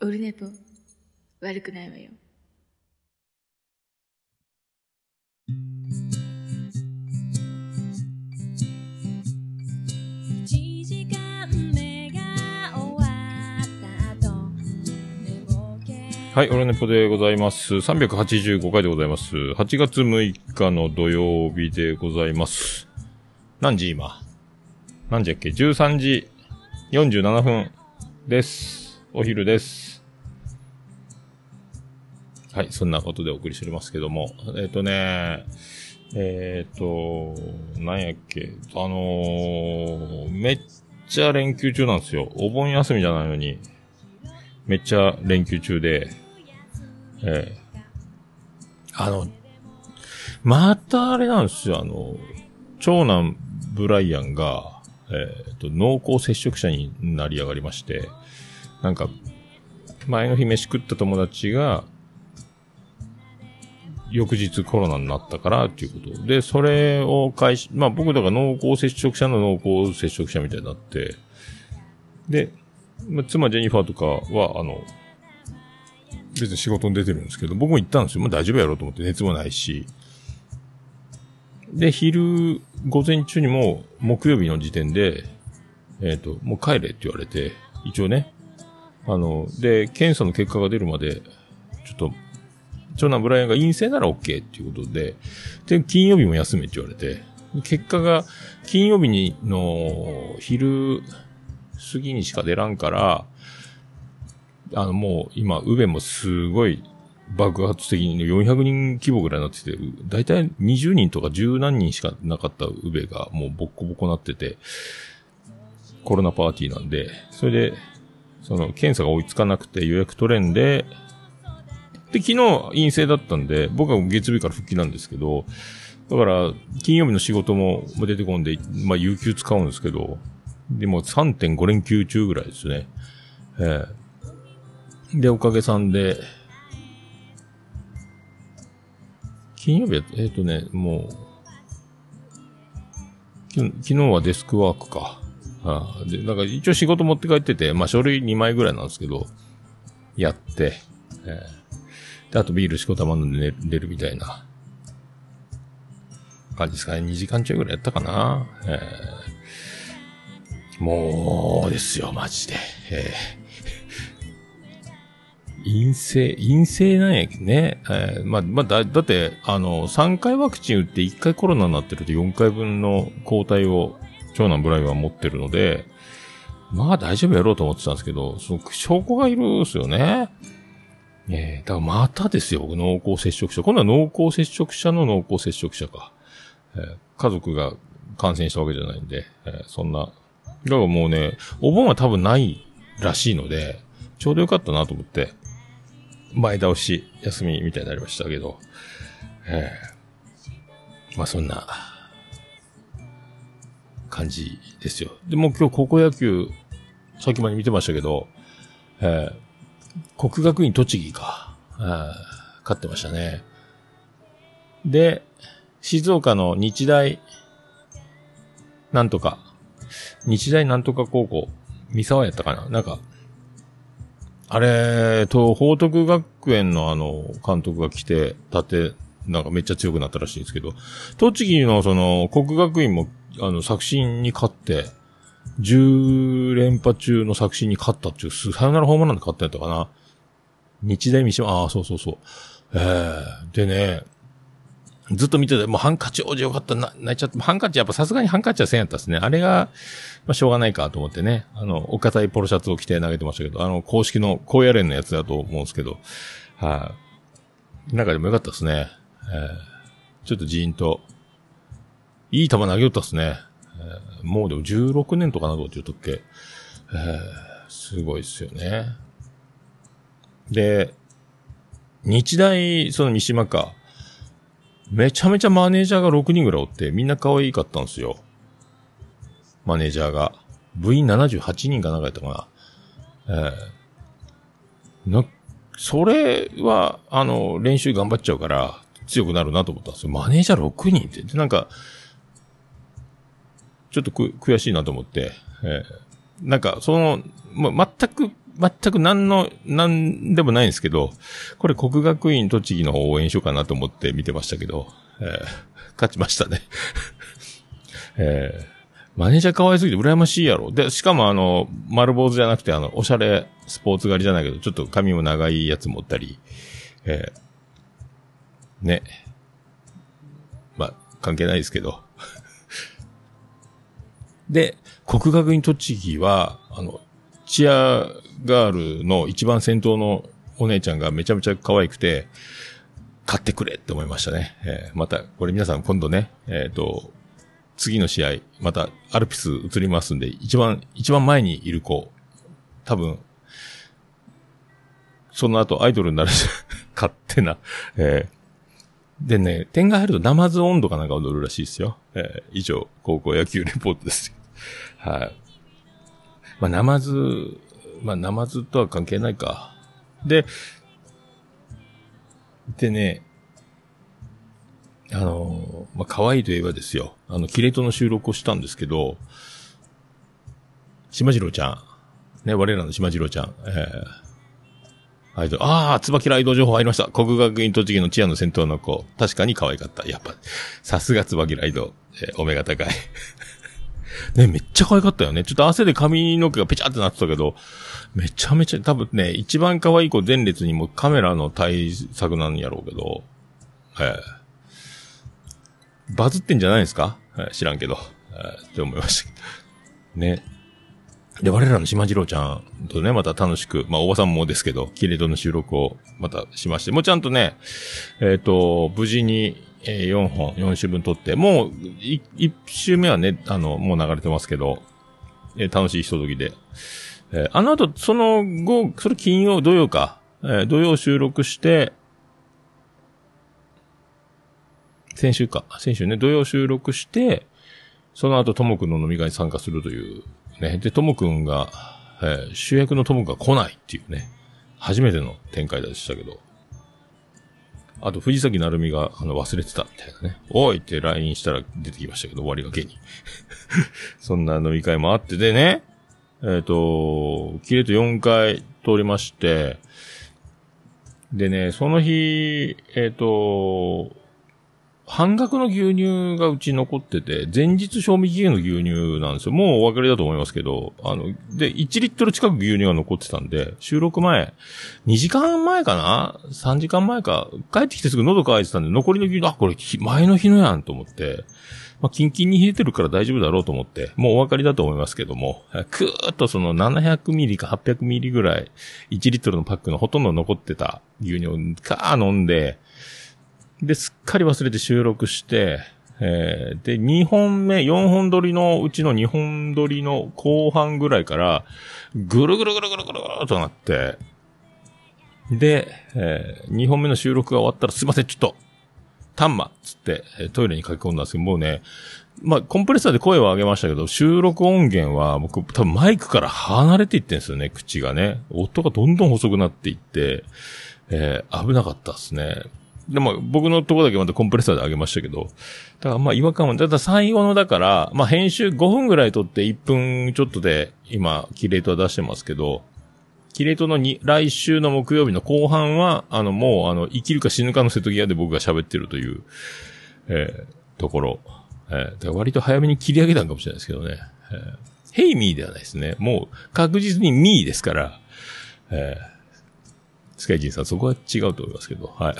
オルネポ悪くないわよ。 はい、オルネポでございます。385回でございます。8月6日の土曜日でございます。何時今？何時やっけ？ 13 時47分です。お昼です。はい、そんなことでお送りしておりますけども。なんやっけ、めっちゃ連休中なんですよ。お盆休みじゃないのに、めっちゃ連休中で、またあれなんですよ、長男ブライアンが、濃厚接触者になり上がりまして、なんか、前の日飯食った友達が、翌日コロナになったからっていうことで、それを僕だから濃厚接触者の濃厚接触者みたいになって、で、妻ジェニファーとかは、別に仕事に出てるんですけど、僕も行ったんですよ。大丈夫やろうと思って熱もないし。で、午前中にも木曜日の時点で、もう帰れって言われて、一応ね、で、検査の結果が出るまで、ちょっと、長男ブライアンが陰性なら OK っていうことで、で、金曜日も休めって言われて、結果が金曜日の昼過ぎにしか出らんから、もう今、宇部もすごい爆発的に400人規模ぐらいになってて、だいたい20人とか10何人しかなかった宇部がもうボッコボコなってて、コロナパーティーなんで、それで、検査が追いつかなくて予約取れんで、で、昨日陰性だったんで、僕は月曜日から復帰なんですけど、だから、金曜日の仕事も出てこんで、有給使うんですけど、でも 3.5 連休中ぐらいですね。で、おかげさんで、金曜日もう、昨日はデスクワークか。で、なんか一応仕事持って帰ってて、書類2枚ぐらいなんですけど、やって、で、あとビール仕事玉飲んで寝るみたいな感じですかね。2時間ちょいぐらいやったかな。もうですよ、マジで。陰性なんやけどね。だって、3回ワクチン打って1回コロナになってると4回分の抗体を長男ブライアンは持ってるので、大丈夫やろうと思ってたんですけど、その証拠がいるんですよね。だからまたですよ、濃厚接触者。今度は濃厚接触者の濃厚接触者か。家族が感染したわけじゃないんで、そんな。だからもうね、お盆は多分ないらしいので、ちょうどよかったなと思って、前倒し、休みみたいになりましたけど、そんな感じですよ。でも今日高校野球、さっきまで見てましたけど、国学院栃木か、勝ってましたね。で、静岡の日大なんとか高校、三沢やったかな、なんか、あれ、報徳学園の監督が来て、なんかめっちゃ強くなったらしいんですけど、栃木の国学院も、作新に勝って、10連覇中の作新に勝ったっていう、サヨナラホームランで勝ったんやったかな。日大三島、そうそうそう。でね、ずっと見てて、もうハンカチ王子よかったな、泣いちゃって、ハンカチやっぱさすがにハンカチはせんやったっすね。あれが、しょうがないかと思ってね。お堅いポロシャツを着て投げてましたけど、公式の高野連のやつだと思うんですけど、中でもよかったっすね。ちょっとジーンと、いい球投げよったっすね。もうでも16年とかなどって言うとっけ。すごいっすよね。で、日大、三島か。めちゃめちゃマネージャーが6人ぐらいおって、みんな可愛かったんですよ。マネージャーが。部員78人かなんかやったかな。それは、練習頑張っちゃうから、強くなるなと思ったんですよ。マネージャー6人って。で、なんか、ちょっと悔しいなと思って、なんか、全く全くなんでもないんですけど、これ国学院栃木の方を応援しようかなと思って見てましたけど、勝ちましたね。マネージャー可愛すぎて羨ましいやろ。で、しかも丸坊主じゃなくておしゃれスポーツ狩りじゃないけど、ちょっと髪も長いやつ持ったり、ね。まあ、関係ないですけど。で、国学院栃木は、チアガールの一番先頭のお姉ちゃんがめちゃめちゃ可愛くて、買ってくれって思いましたね。また、これ皆さん今度ね、次の試合、またアルプス映りますんで、一番前にいる子、多分、その後アイドルになる勝手な、でね、点が入るとナマズ温度かなんか踊るらしいですよ。以上、高校野球レポートです。はい。まあ、ナマズとは関係ないか。でね、まあ、可愛いといえばですよ。キレイトの収録をしたんですけど、島次郎ちゃん。ね、我らの島次郎ちゃん。椿ライド情報入りました。国学院栃木のチアの先頭の子。確かに可愛かった。やっぱ、さすが椿ライド。お目が高い。ね、めっちゃ可愛かったよね。ちょっと汗で髪の毛がペチャってなってたけど、めちゃめちゃ、多分ね、一番可愛い子前列にもカメラの対策なんやろうけど、バズってんじゃないですか？知らんけど、って思いましたけど。ね。で、我らの島次郎ちゃんとね、また楽しく、まあ、おばさんもですけど、キレドの収録をまたしまして、もうちゃんとね、無事に、4週分撮って、もう、1週目はね、もう流れてますけど、楽しいひとときで。後、その後、それ土曜か、土曜収録して、先週ね、土曜収録して、その後、ともくんの飲み会に参加するという、ね。で、ともくんが、主役のともくんが来ないっていうね、初めての展開でしたけど、あと、藤崎なるみが、忘れてたみたいなね。おいって LINE したら出てきましたけど、終わりがけに。そんな飲み会もあって、でね、キレと4回通りまして、でね、その日、半額の牛乳がうち残ってて、前日賞味期限の牛乳なんですよ。もうお分かりだと思いますけど、で、1リットル近く牛乳が残ってたんで、収録前、2時間前かな ?3 時間前か、帰ってきてすぐ喉乾いてたんで、残りの牛乳、これ前の日のやんと思って、まあ、キンキンに冷えてるから大丈夫だろうと思って、もうお分かりだと思いますけども、くーっとその700ミリか800ミリぐらい、1リットルのパックのほとんど残ってた牛乳を飲んで、で、すっかり忘れて収録して、で、2本目、4本撮りのうちの2本撮りの後半ぐらいから、ぐるぐるぐるぐるぐるとなって、で、2本目の収録が終わったら、すいません、ちょっと、タンマつって、トイレに書き込んだんですけど、もうね、まあ、コンプレッサーで声を上げましたけど、収録音源は、僕、多分マイクから離れていってんですよね、口がね。音がどんどん細くなっていって、危なかったですね。でも、僕のところだけまたコンプレッサーで上げましたけど、だからまあ違和感は、だから最後のだから、まあ編集5分ぐらい撮って1分ちょっとで、今、キレートは出してますけど、キレートの来週の木曜日の後半は、もう生きるか死ぬかの瀬戸際で僕が喋ってるという、ところ。だから割と早めに切り上げたんかもしれないですけどね。ヘイミーではないですね。もう確実にミーですから、スカイジンさん、そこは違うと思いますけど。はい。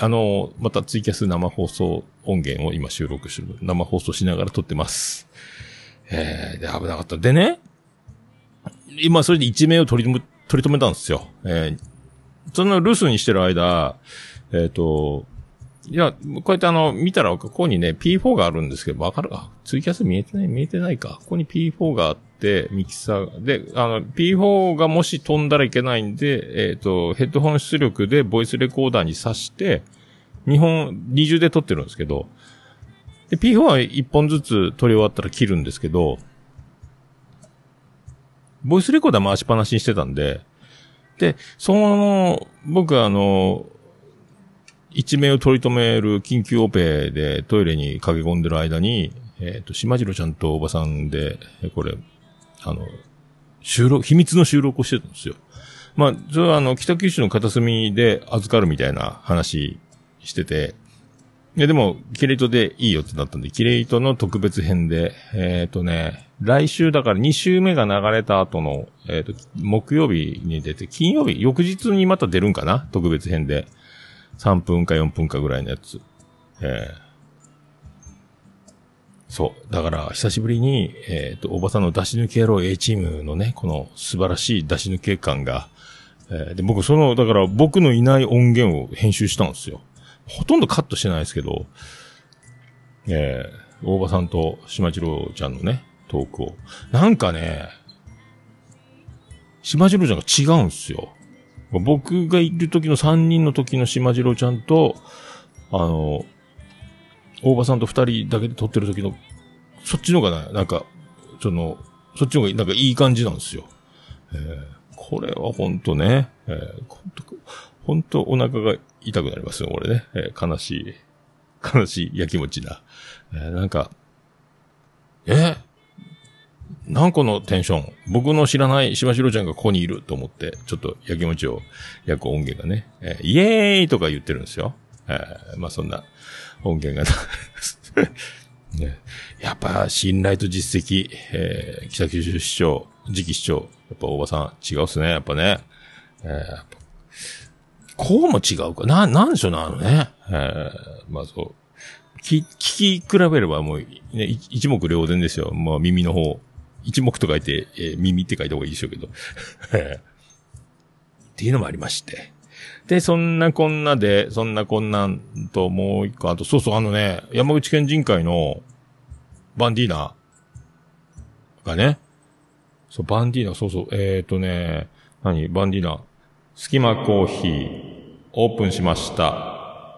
またツイキャス生放送音源を今収録してる。生放送しながら撮ってます。で、危なかった。でね、今それで一命を取り留めたんですよ。その留守にしてる間、いや、こうやって見たら、ここにね、P4 があるんですけど、わかるか？ツイキャス見えてないか。ここに P4 があって、ミキサーで、P4 がもし飛んだらいけないんで、ヘッドホン出力でボイスレコーダーに挿して、二重で撮ってるんですけど、で、P4 は一本ずつ撮り終わったら切るんですけど、ボイスレコーダー回しっぱなしにしてたんで、で、僕一命を取り留める緊急オペでトイレに駆け込んでる間に、島次郎ちゃんとおばさんで、これ、秘密の収録をしてたんですよ。 まあ、それは北九州の片隅で預かるみたいな話してて、いや、でも、キレイトでいいよってなったんで、キレイトの特別編で、来週だから2週目が流れた後の、木曜日に出て、金曜日、翌日にまた出るんかな特別編で。3分か4分かぐらいのやつ。そう。だから、久しぶりに、おばさんの出し抜け野郎 A チームのね、この素晴らしい出し抜け感が、で、僕だから僕のいない音源を編集したんですよ。ほとんどカットしてないですけど、大場さんと島次郎ちゃんのね、トークを。なんかね、島次郎ちゃんが違うんですよ。僕がいる時の3人の時の島次郎ちゃんと、大場さんと2人だけで撮ってる時の、そっちの方がね、なんか、そっちの方がなんかいい感じなんですよ。これはほんとね、ほんとお腹が痛くなりますよ、俺ね。悲しいやきもちな。なんか、何個のテンション、僕の知らない島城ちゃんがここにいると思って、ちょっとやきもちを焼く音源がね、イエーイとか言ってるんですよ。まあそんな音源がね、やっぱ信頼と実績、北九州市長、次期市長、やっぱ大場さん違うっすね、やっぱね。こうも違うか。なんでしょうな、ね。まあそう。聞き比べればもう、ね、一目瞭然ですよ。まあ耳の方。一目と書いて、耳って書いた方がいいでしょうけど。っていうのもありまして。で、そんなこんなんともう一個、あと、そうそう、山口県人会のバンディーナがね、そう、バンディーナ、そうそう、バンディーナ、スキマコーヒー、オープンしました。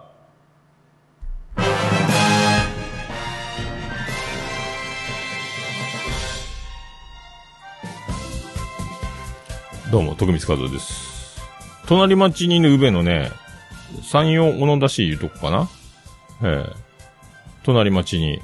どうも、徳光和夫です。隣町にいる宇部のね、山陽小野田市いうとこかな隣町に、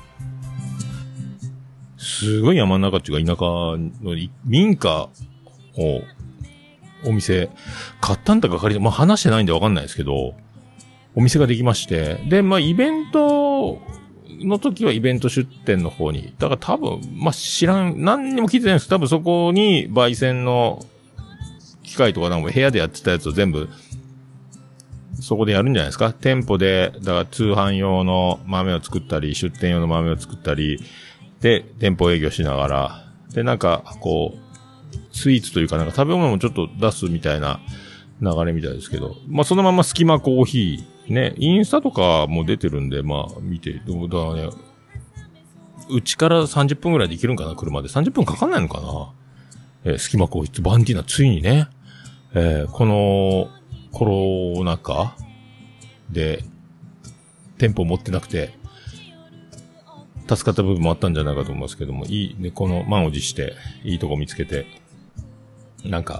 すごい山の中っていうか田舎の民家を、お店、買ったんだか借りて、まあ、話してないんでわかんないですけど、お店ができまして、で、まあ、イベントの時はイベント出店の方に、だから多分、まあ、何にも聞いてないんですけど、多分そこに焙煎の機械とかなんか部屋でやってたやつを全部、そこでやるんじゃないですか。店舗で、だから通販用の豆を作ったり、出店用の豆を作ったり、で、店舗営業しながら、で、なんか、こう、スイーツというかなんか食べ物もちょっと出すみたいな流れみたいですけど、まあ、そのままスキマコーヒー、ね、インスタとかも出てるんで、まあ、見て、だからね、うちから30分ぐらいで行けるんかな、車で。30分かかんないのかな。スキマコーヒー、バンディーナ、ついにね、このコロナ禍で店舗持ってなくて助かった部分もあったんじゃないかと思いますけども、いいね、この満を持していいとこ見つけて、なんか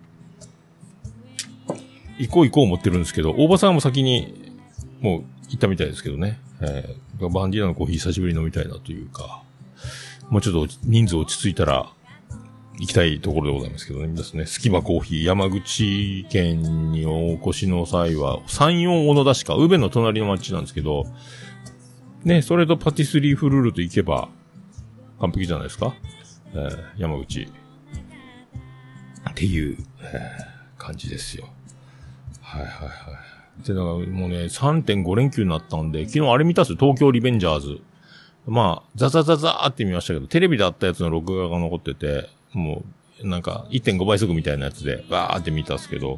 行こう思ってるんですけど、大場さんも先にもう行ったみたいですけどね、バンディーナのコーヒー久しぶりに飲みたいなというか、もうちょっと人数落ち着いたら行きたいところでございますけどね。皆さんね、スキマコーヒー、山口県にお越しの際は、山陽小野田市か、宇部の隣の町なんですけど、ね、それとパティスリーフルールと行けば、完璧じゃないですか。山口。っていう、感じですよ。はいはいはい。で、だからもうね、3.5 連休になったんで、昨日あれ見たんですよ、東京リベンジャーズ。まあ、ザーって見ましたけど、テレビであったやつの録画が残ってて、もう、なんか、1.5 倍速みたいなやつで、バーって見たんですけど、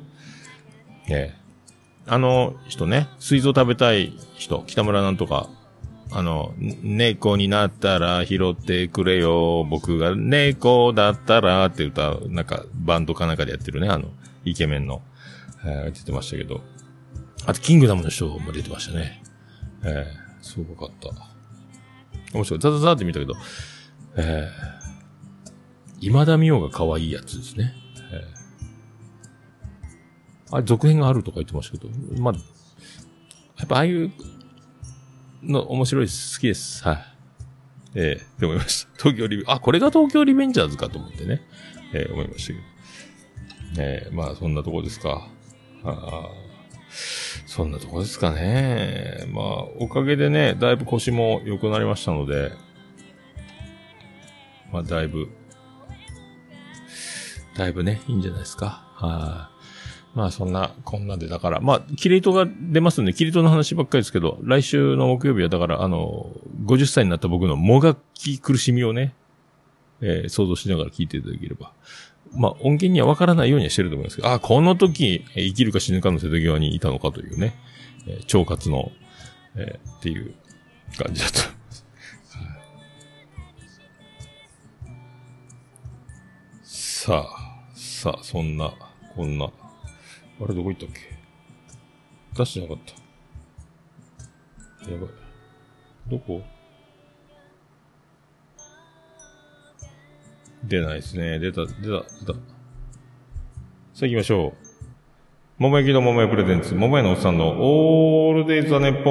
人ね、水蔵食べたい人、北村なんとか、猫になったら拾ってくれよ、僕が猫だったらって歌う、なんか、バンドかなんかでやってるね、イケメンの、出てましたけど、あと、キングダムの人も出てましたね。すごかった。面白い。ザーって見たけど、今田美桜が可愛いやつですね。あれ、続編があるとか言ってましたけど、まあ、やっぱああいうの面白いです。好きです。はい。って思いました。これが東京リベンジャーズかと思ってね。思いましたけど。 まあそんなとこですか。そんなとこですかね。まあおかげでね、だいぶ腰も良くなりましたので、まあだいぶね、いいんじゃないですか。まあそんな、こんなで、だから、まあ、キリトが出ますんで、キリトの話ばっかりですけど、来週の木曜日はだから、50歳になった僕のもがき苦しみをね、想像しながら聞いていただければ。まあ、音源にはわからないようにはしてると思いますけど、この時、生きるか死ぬかの瀬戸際にいたのかというね、腸活の、っていう感じだと思います。さあ、そんな、こんな、あれどこ行ったっけ？出してなかった。やばい。どこ？出ないですね。出た。さあ行きましょう。桃焼きの桃屋プレゼンツ、桃屋のおっさんのオールデイズ・ザ・ネッポ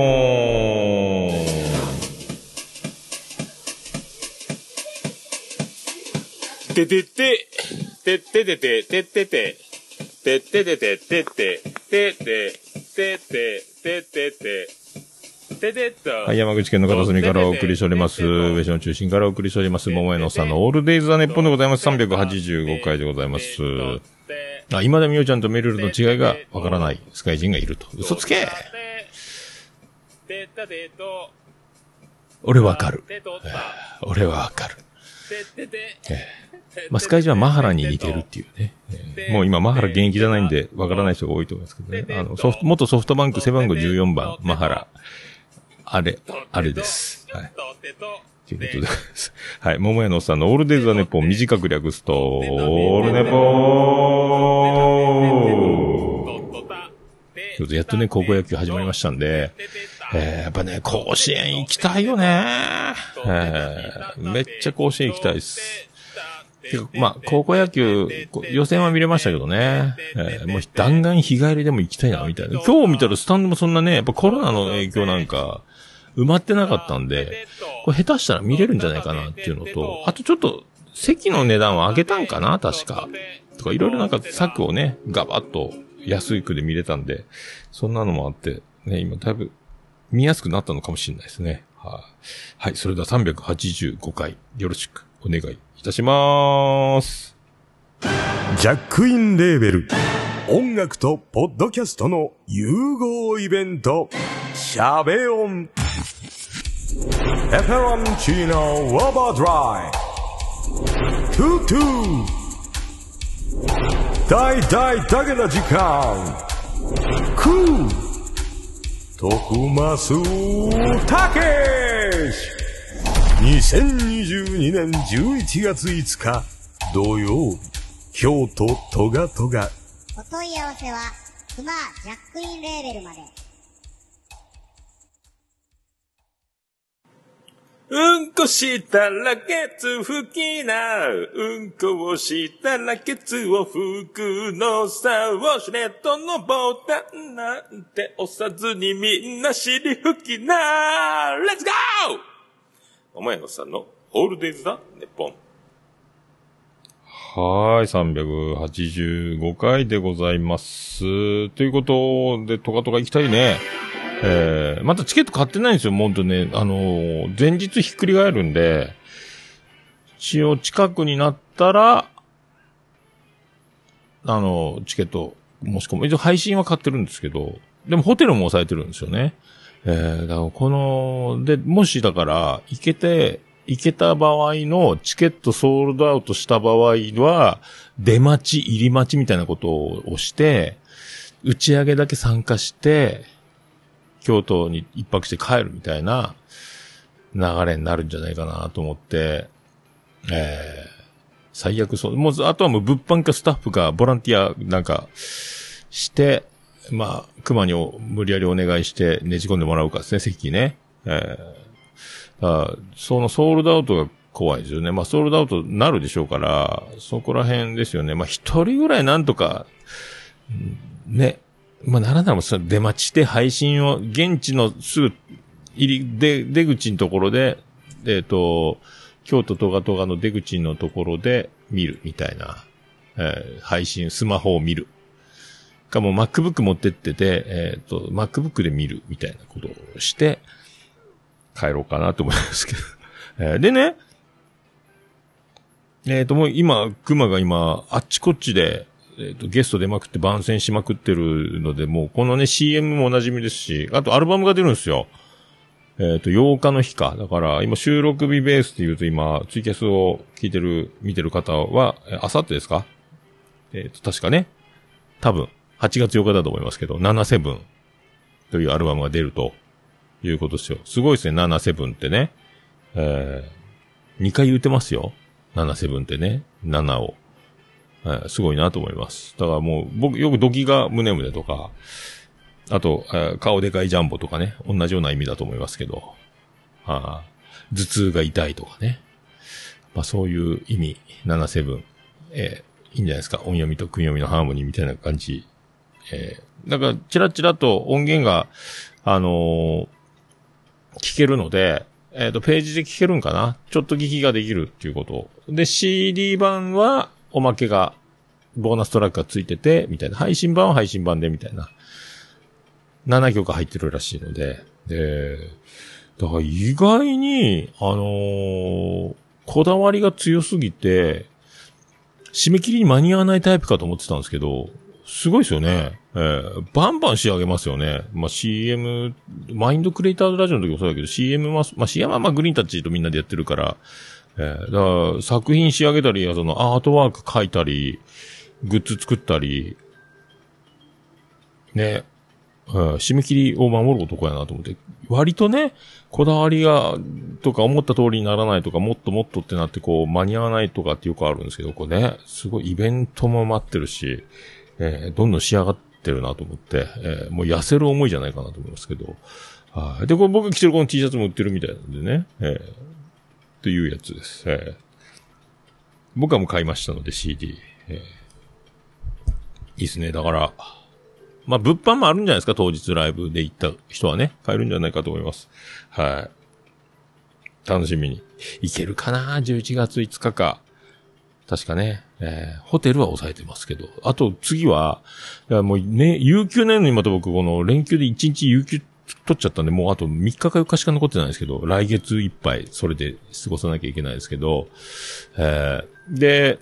ン。ててて、てててて、ててて、てててて、ててて、てててててて、はい、山口県の片隅からお送りしております。上市の中心からお送りしております。桃屋のさんのオールデイズ・ザ・ネッポンでございます。385回でございます。今田美桜ちゃんとメルルの違いがわからないスカイ人がいると。嘘つけ！俺わかる。俺はわかる。まあ、スカイ人はマハラに似てるっていうね。もう今マハラ現役じゃないんでわからない人が多いと思いますけどね。元ソフトバンク背番号14番、マハラ。あれです。はい。ということで。はい。桃屋のおっさんのオールデイズ・ザ・ネッポン短く略すと、オールネポー。やっとね、高校野球始まりましたんで、やっぱね、甲子園行きたいよね。めっちゃ甲子園行きたいです。まあ、高校野球、予選は見れましたけどね。もう弾丸日帰りでも行きたいな、みたいな。今日見たらスタンドもそんなね、やっぱコロナの影響なんか、埋まってなかったんで、これ下手したら見れるんじゃないかなっていうのと、あとちょっと、席の値段を上げたんかな確か。とか、いろいろなんか策をね、ガバッと安い区で見れたんで、そんなのもあって、ね、今だいぶ見やすくなったのかもしれないですね。はい、それでは385回、よろしくお願いいたしまーす。 ジャックインレーベル音楽とポッドキャストの融合イベントシャベオンエフェロンチーノウォーバードライトゥトゥ大大だけな時間クー徳マスたけし2022年11月5日土曜日京都トガトガお問い合わせはクマジャックインレーベルまで。 うんこしたらケツ拭きな。うんこをしたらケツを拭くのさ。ウォシュレットのボタンなんて押さずにみんな尻拭きな。レッツゴー！桃屋のさんのオールデイズだ、ネッポン。はい、385回でございます。ということで、トカトカ行きたいね。またチケット買ってないんですよ、もんとね。前日ひっくり返るんで、一応近くになったら、チケット申し込む。一応配信は買ってるんですけど、でもホテルも抑えてるんですよね。だからで、もしだから、行けた場合のチケットソールドアウトした場合は、出待ち、入り待ちみたいなことをして、打ち上げだけ参加して、京都に一泊して帰るみたいな流れになるんじゃないかなと思って、最悪そう。もう、あとはもう物販かスタッフかボランティアなんかして、まあ、熊に無理やりお願いしてねじ込んでもらうかですね、席ね。そのソールドアウトが怖いですよね。まあ、ソールドアウトになるでしょうから、そこら辺ですよね。まあ、一人ぐらいなんとか、ね。まあ、ならならも出待ちして配信を、現地のすぐ出口のところで、京都トガトガの出口のところで見るみたいな配信、スマホを見る。かも MacBook 持ってってて、MacBook で見るみたいなことをして、帰ろうかなと思いますけど。でね、もう今、熊が今、あっちこっちで、ゲスト出まくって番宣しまくってるので、もうこのね、CM もお馴染みですし、あとアルバムが出るんですよ。8日の日か。だから、今収録日ベースって言うと今、ツイキャスを見てる方は、あさってですか？確かね、多分、8月8日だと思いますけど、77というアルバムが出るということですよ。すごいですね、77ってね。2回言ってますよ。77ってね、7を。すごいなと思います。だからもう、僕よくドキがムネムネとか、あと、顔でかいジャンボとかね、同じような意味だと思いますけど、頭痛が痛いとかね。まあそういう意味、77。いいんじゃないですか。音読みと訓読みのハーモニーみたいな感じ。だから、チラチラと音源が、聞けるので、ページで聞けるんかな？ちょっと聞きができるっていうこと。で、CD 版は、おまけが、ボーナストラックがついてて、みたいな。配信版は配信版で、みたいな。7曲入ってるらしいので。だから意外に、こだわりが強すぎて、締め切りに間に合わないタイプかと思ってたんですけど、すごいですよね。バンバン仕上げますよね。まあ、CM、マインドクリエイターズラジオの時もそうだけど、CM は、まあ、CM はまあグリーンタッチとみんなでやってるから、だから作品仕上げたり、そのアートワーク書いたり、グッズ作ったり、ね、締め切りを守る男やなと思って、割とね、こだわりが、とか思った通りにならないとか、もっともっとってなってこう、間に合わないとかってよくあるんですけど、これね、すごいイベントも待ってるし、どんどん仕上がってるなと思って、もう痩せる思いじゃないかなと思いますけど、で、これ僕が着てるこの T シャツも売ってるみたいなんでね、というやつです。僕はもう買いましたので CD。いいですね。だから、まあ、物販もあるんじゃないですか、当日ライブで行った人はね。買えるんじゃないかと思います。はい。楽しみに。行けるかな ?11 月5日か。確かね。ホテルは抑えてますけど。あと次は、いやもうね、有給ないのにまた僕この連休で1日有給取っちゃったんで、もうあと3日か4日しか残ってないんですけど、来月いっぱいそれで過ごさなきゃいけないですけど、で、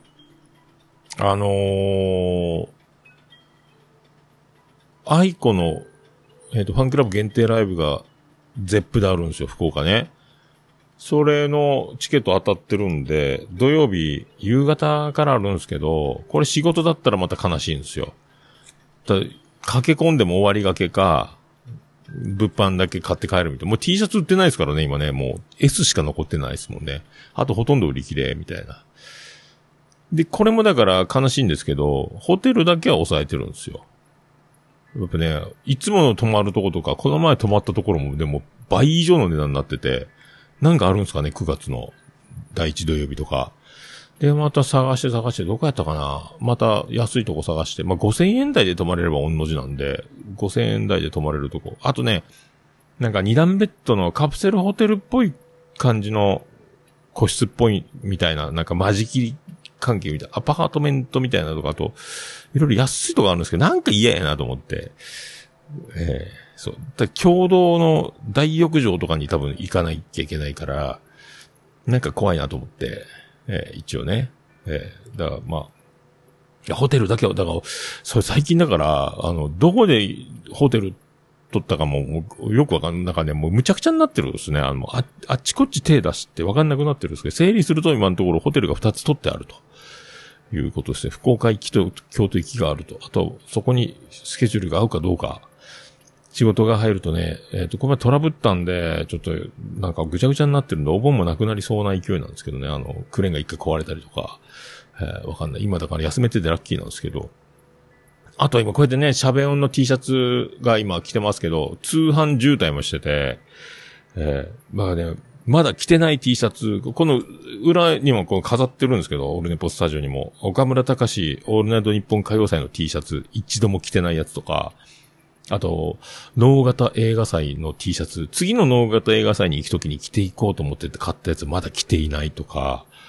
アイコの、ファンクラブ限定ライブが、ゼップであるんですよ、福岡ね。それのチケット当たってるんで、土曜日、夕方からあるんですけど、これ仕事だったらまた悲しいんですよ。駆け込んでも終わりがけか、物販だけ買って帰るみたいな。もう T シャツ売ってないですからね、今ね。もう S しか残ってないですもんね。あとほとんど売り切れ、みたいな。で、これもだから悲しいんですけど、ホテルだけは抑えてるんですよ。やっぱね、いつもの泊まるとことか、この前泊まったところもでも倍以上の値段になってて、なんかあるんですかね、9月の第1土曜日とか。で、また探して、どこやったかな？また安いとこ探して、まあ、5000円台で泊まれれば御の字なんで、5000円台で泊まれるとこ。あとね、なんか2段ベッドのカプセルホテルっぽい感じの個室っぽいみたいな、なんか間仕切り関係みたいな、アパートメントみたいなとか、あと、いろいろ安いとこあるんですけど、なんか嫌やなと思って、そう。共同の大浴場とかに多分行かなきゃいけないから、なんか怖いなと思って、一応ね。だからまあ、いや、ホテルだけは、だから、それ最近だから、どこでホテル取ったかもよくわかんない中で、もうむちゃくちゃになってるんですね。あっちこっち手出してわかんなくなってるんですけど、整理すると今のところホテルが2つ取ってあると。いうことですね。福岡行きと京都行きがあると。あと、そこにスケジュールが合うかどうか。仕事が入るとね、これトラブったんで、ちょっと、なんかぐちゃぐちゃになってるんで、お盆もなくなりそうな勢いなんですけどね、クレーンが一回壊れたりとか、わかんない。今だから休めててラッキーなんですけど。あと今こうやってね、シャベオンの T シャツが今着てますけど、通販渋滞もしてて、まあね、まだ着てない T シャツ、この裏にもこう飾ってるんですけど、オールネポスタジオにも、岡村隆史オールナイト日本歌謡祭の T シャツ、一度も着てないやつとか、あと、能型映画祭の T シャツ、次の能型映画祭に行くときに着ていこうと思ってて買ったやつまだ着ていないとか、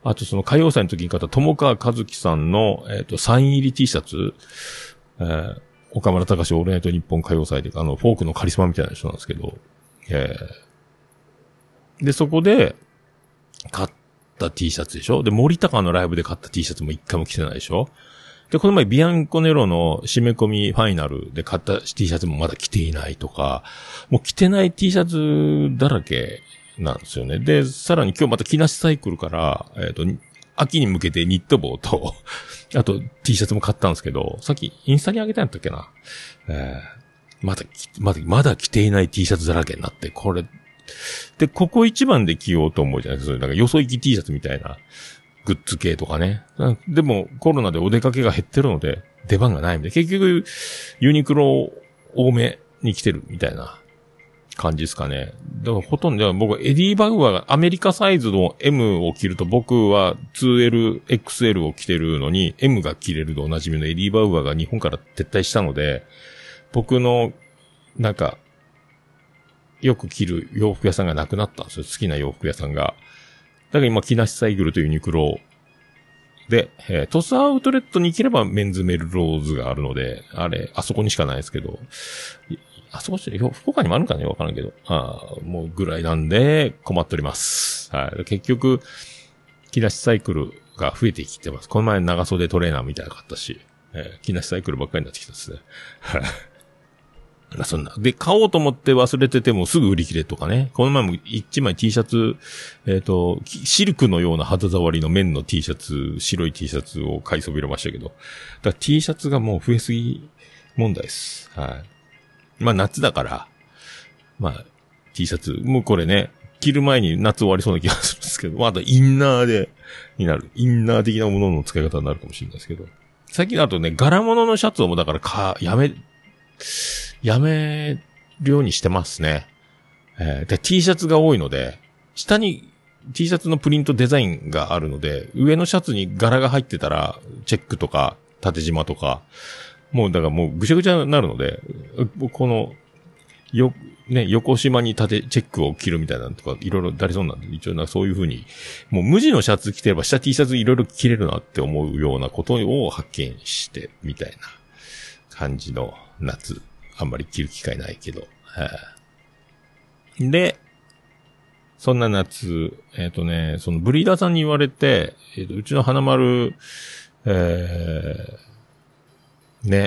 あとその歌謡祭の時に買った友川和樹さんの、サイン入り T シャツ、岡村隆史オールナイト日本歌謡祭で、フォークのカリスマみたいな人なんですけど、で、そこで、買った T シャツでしょ。で、森高のライブで買った T シャツも一回も着てないでしょ。で、この前ビアンコネロの締め込みファイナルで買った T シャツもまだ着ていないとか、もう着てない T シャツだらけなんですよね。で、さらに今日また木梨サイクルから、秋に向けてニット帽と、あと T シャツも買ったんですけど、さっきインスタにあげたんだったっけな。まだ着ていない T シャツだらけになって、これ、で、ここ一番で着ようと思うじゃないですか。なんかよそ行き T シャツみたいなグッズ系とかね。でもコロナでお出かけが減ってるので出番がないんで、結局ユニクロ多めに来てるみたいな感じですかね。だからほとんど、僕エディバウアーがアメリカサイズの M を着ると僕は 2L、XL を着てるのに M が着れるとおなじみのエディバウアーが日本から撤退したので、僕のなんかよく着る洋服屋さんがなくなったんですよ。好きな洋服屋さんが。だから今、木梨サイクルというユニクロで、トスアウトレットに行ければメンズメルローズがあるので、あそこにしかないですけど、あそこして、福岡にもあるんかねわからんけど、もうぐらいなんで困っております。はい。結局、木梨サイクルが増えてきてます。この前長袖トレーナーみたいなの買ったし、木梨サイクルばっかりになってきたですね。はい。そんな。で、買おうと思って忘れててもすぐ売り切れとかね。この前も一枚 T シャツ、シルクのような肌触りの綿の T シャツ、白い T シャツを買いそびれましたけど。だから T シャツがもう増えすぎ問題です。はい。まあ夏だから、まあ T シャツ、もうこれね、着る前に夏終わりそうな気がするんですけど、まだインナーになる。インナー的なものの使い方になるかもしれないですけど。最近だとね、柄物のシャツをもうだからやめるようにしてますね。で、T シャツが多いので、下に T シャツのプリントデザインがあるので、上のシャツに柄が入ってたら、チェックとか、縦縞とか、もうだからもうぐちゃぐちゃになるので、この、横縞にチェックを着るみたいなのとか、いろいろなりそうなんで、一応そういう風に、もう無地のシャツ着てれば下 T シャツいろいろ着れるなって思うようなことを発見して、みたいな感じの夏。あんまり着る機会ないけど。で、そんな夏、そのブリーダーさんに言われて、うちの花丸、ね、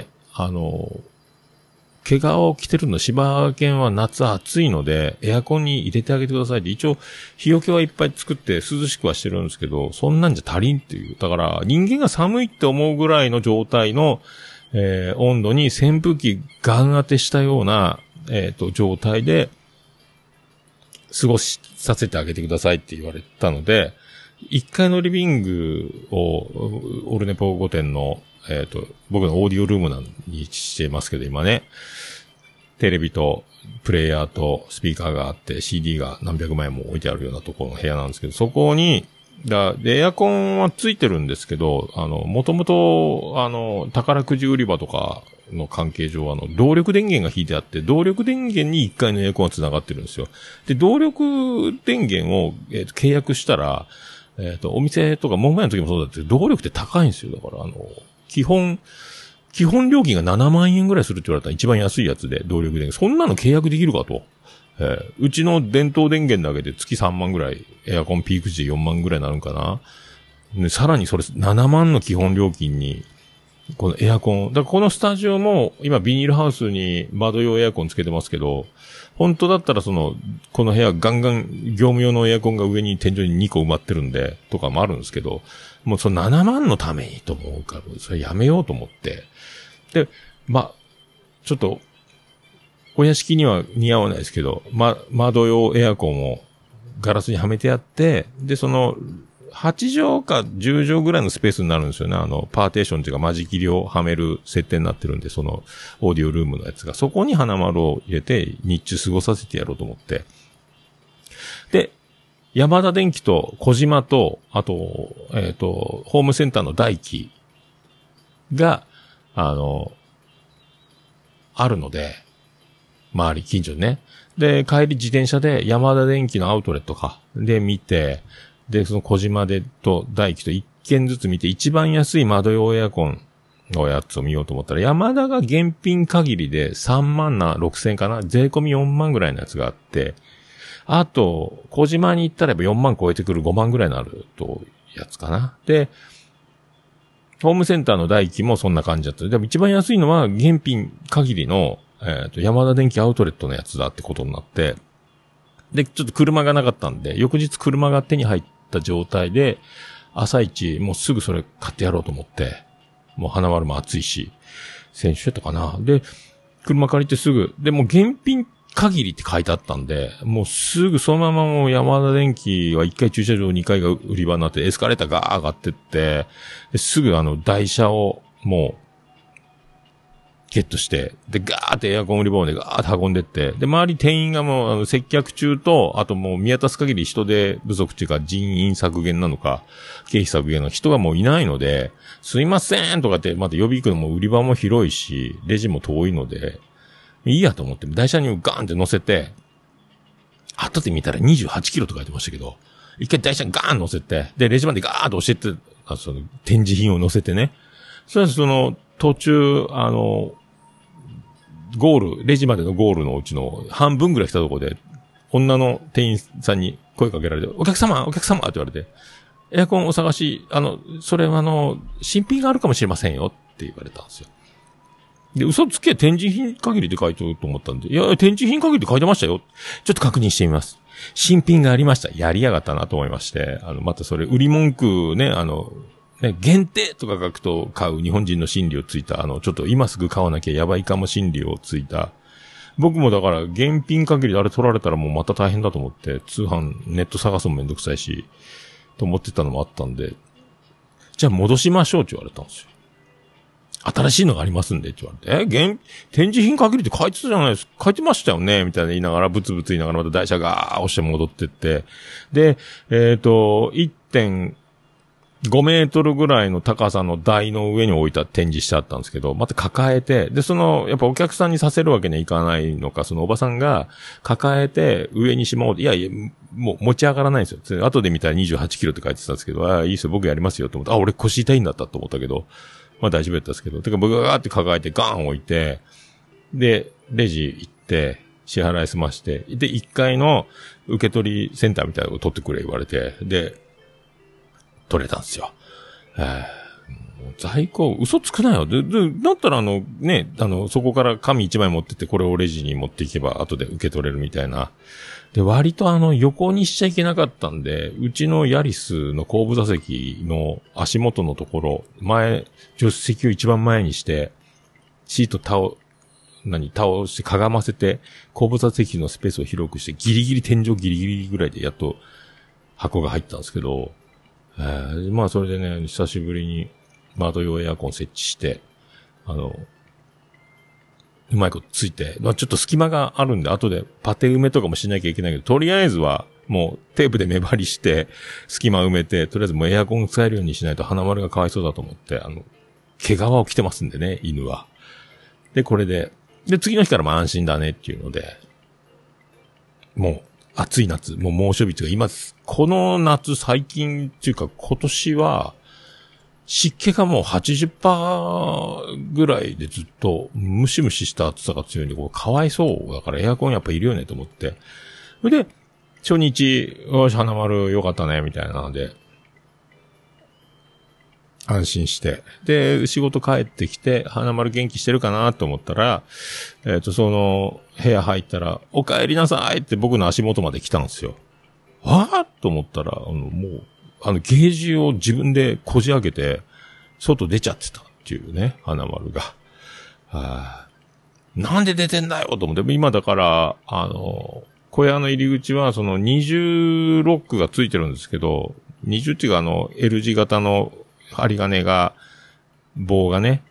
毛皮を着てるの、柴犬は夏暑いので、エアコンに入れてあげてくださいって、一応、日よけはいっぱい作って涼しくはしてるんですけど、そんなんじゃ足りんっていう。だから、人間が寒いって思うぐらいの状態の、温度に扇風機ガン当てしたような、状態で、過ごさせてあげてくださいって言われたので、1階のリビングを、オルネポ5店の、僕のオーディオルームにしてますけど、今ね、テレビと、プレイヤーとスピーカーがあって、CD が何百枚も置いてあるようなところの部屋なんですけど、そこに、で、エアコンはついてるんですけど、もともと、宝くじ売り場とかの関係上、動力電源が引いてあって、動力電源に1階のエアコンが繋がってるんですよ。で、動力電源を、契約したら、お店とか、門前の時もそうだって、動力って高いんですよ。だから、基本料金が7万円ぐらいするって言われたら一番安いやつで、動力電源。そんなの契約できるかと。うちの電動電源だけで月3万ぐらい、エアコンピーク時で4万ぐらいになるんかな。で、さらにそれ7万の基本料金に、このエアコン。だからこのスタジオも、今ビニールハウスに窓用エアコンつけてますけど、本当だったらこの部屋ガンガン業務用のエアコンが上に天井に2個埋まってるんで、とかもあるんですけど、もうその7万のためにと思うから、それやめようと思って。で、ちょっと、お屋敷には似合わないですけど、窓用エアコンをガラスにはめてあって、で、8畳か10畳ぐらいのスペースになるんですよね。パーテーションっていうか間仕切りをはめる設定になってるんで、オーディオルームのやつが。そこに花丸を入れて、日中過ごさせてやろうと思って。で、山田電機と小島と、あと、ホームセンターの大機が、あるので、周り、近所にね。で、帰り自転車で山田電機のアウトレットか。で見て、 で、その小島でと大輝と一軒ずつ見て、一番安い窓用エアコンのやつを見ようと思ったら、ヤマダが現品限りで3万6千かな、税込み4万ぐらいのやつがあって、あと、小島に行ったらやっぱ4万超えてくる5万ぐらいになると、やつかな。で、ホームセンターの代金もそんな感じだった。でも一番安いのは現品限りの、ヤマダ電機アウトレットのやつだってことになって、で、ちょっと車がなかったんで、翌日車が手に入った状態で、朝一、もうすぐそれ買ってやろうと思って、もう花丸も暑いし、先週やったかな。で、車借りてすぐ、で、もう現品限りって書いてあったんで、もうすぐそのままもうヤマダ電機は1階駐車場2階が売り場になって、エスカレーターガー上がってって、ですぐ台車をもう、ゲットして、で、ガーってエアコン売り場までガーって運んでって、で、周り店員がもう、接客中と、あともう見渡す限り人手不足っていうか人員削減なのか、経費削減の人がもういないので、すいませんとかって、また呼び行くのも売り場も広いし、レジも遠いので、いいやと思って、台車にガーンって乗せて、後で見たら28キロと書いてましたけど、一回台車にガーン乗せて、で、レジまでガーンと教えて、その、展示品を乗せてね。それはその、途中、ゴール、レジまでのゴールのうちの半分ぐらい来たところで、女の店員さんに声かけられて、お客様って言われて、エアコンお探し、それは新品があるかもしれませんよって言われたんですよ。で、嘘つけ展示品限りで書いてると思ったんで、いや、展示品限りで書いてましたよ。ちょっと確認してみます。新品がありました。やりやがったなと思いまして、またそれ、売り文句ね、限定とか書くと買う日本人の心理をついた、ちょっと今すぐ買わなきゃやばいかも心理をついた。僕もだから、現品限りであれ取られたらもうまた大変だと思って、通販、ネット探すのもめんどくさいし、と思ってたのもあったんで、じゃあ戻しましょうって言われたんですよ。新しいのがありますんでって言われて、展示品限りって書いてたじゃないですか。書いてましたよねみたいな言いながら、ブツブツ言いながらまた台車が押して戻ってって、で、1.5 メートルぐらいの高さの台の上に置いた展示してあったんですけど、また抱えて、で、やっぱお客さんにさせるわけにはいかないのか、そのおばさんが抱えて上にしまおうと、いやいや、もう持ち上がらないんですよ。後で見たら28キロって書いてたんですけど、いいですよ、僕やりますよと思って、俺腰痛いんだったと思ったけど、まあ大丈夫だったんですけど、てか僕がガーって抱えてガーン置いて、で、レジ行って、支払い済まして、で、1階の受け取りセンターみたいなのを取ってくれ言われて、で、取れたんですよ。在庫、嘘つくなよ。で、だったらね、そこから紙1枚持ってって、これをレジに持っていけば、後で受け取れるみたいな。で、割と横にしちゃいけなかったんで、うちのヤリスの後部座席の足元のところ、助手席を一番前にして、シート倒してかがませて、後部座席のスペースを広くして、ギリギリ天井ギリギリぐらいでやっと箱が入ったんですけど、まあそれでね、久しぶりに窓用エアコン設置して、うまいことついて、ちょっと隙間があるんで、後でパテ埋めとかもしなきゃいけないけど、とりあえずはもうテープで目張りして、隙間埋めて、とりあえずもうエアコン使えるようにしないと花丸がかわいそうだと思って、毛皮を着てますんでね、犬は。で、これで、次の日からも安心だねっていうので、もう、暑い夏、もう猛暑日というか、今、この夏最近っていうか今年は、湿気がもう 80% ぐらいでずっとムシムシした暑さが強いんで、これかわいそうだからエアコンやっぱいるよねと思って。それで、初日、よし、花丸よかったね、みたいなので、安心して。で、仕事帰ってきて、花丸元気してるかなと思ったら、その、部屋入ったら、お帰りなさいって僕の足元まで来たんですよ。と思ったら、もう、ゲージを自分でこじ開けて、外出ちゃってたっていうね、花丸が。なんで出てんだよと思って、今だから、小屋の入り口は、その20ロックがついてるんですけど、20っていうかL 字型の針金が、棒がね、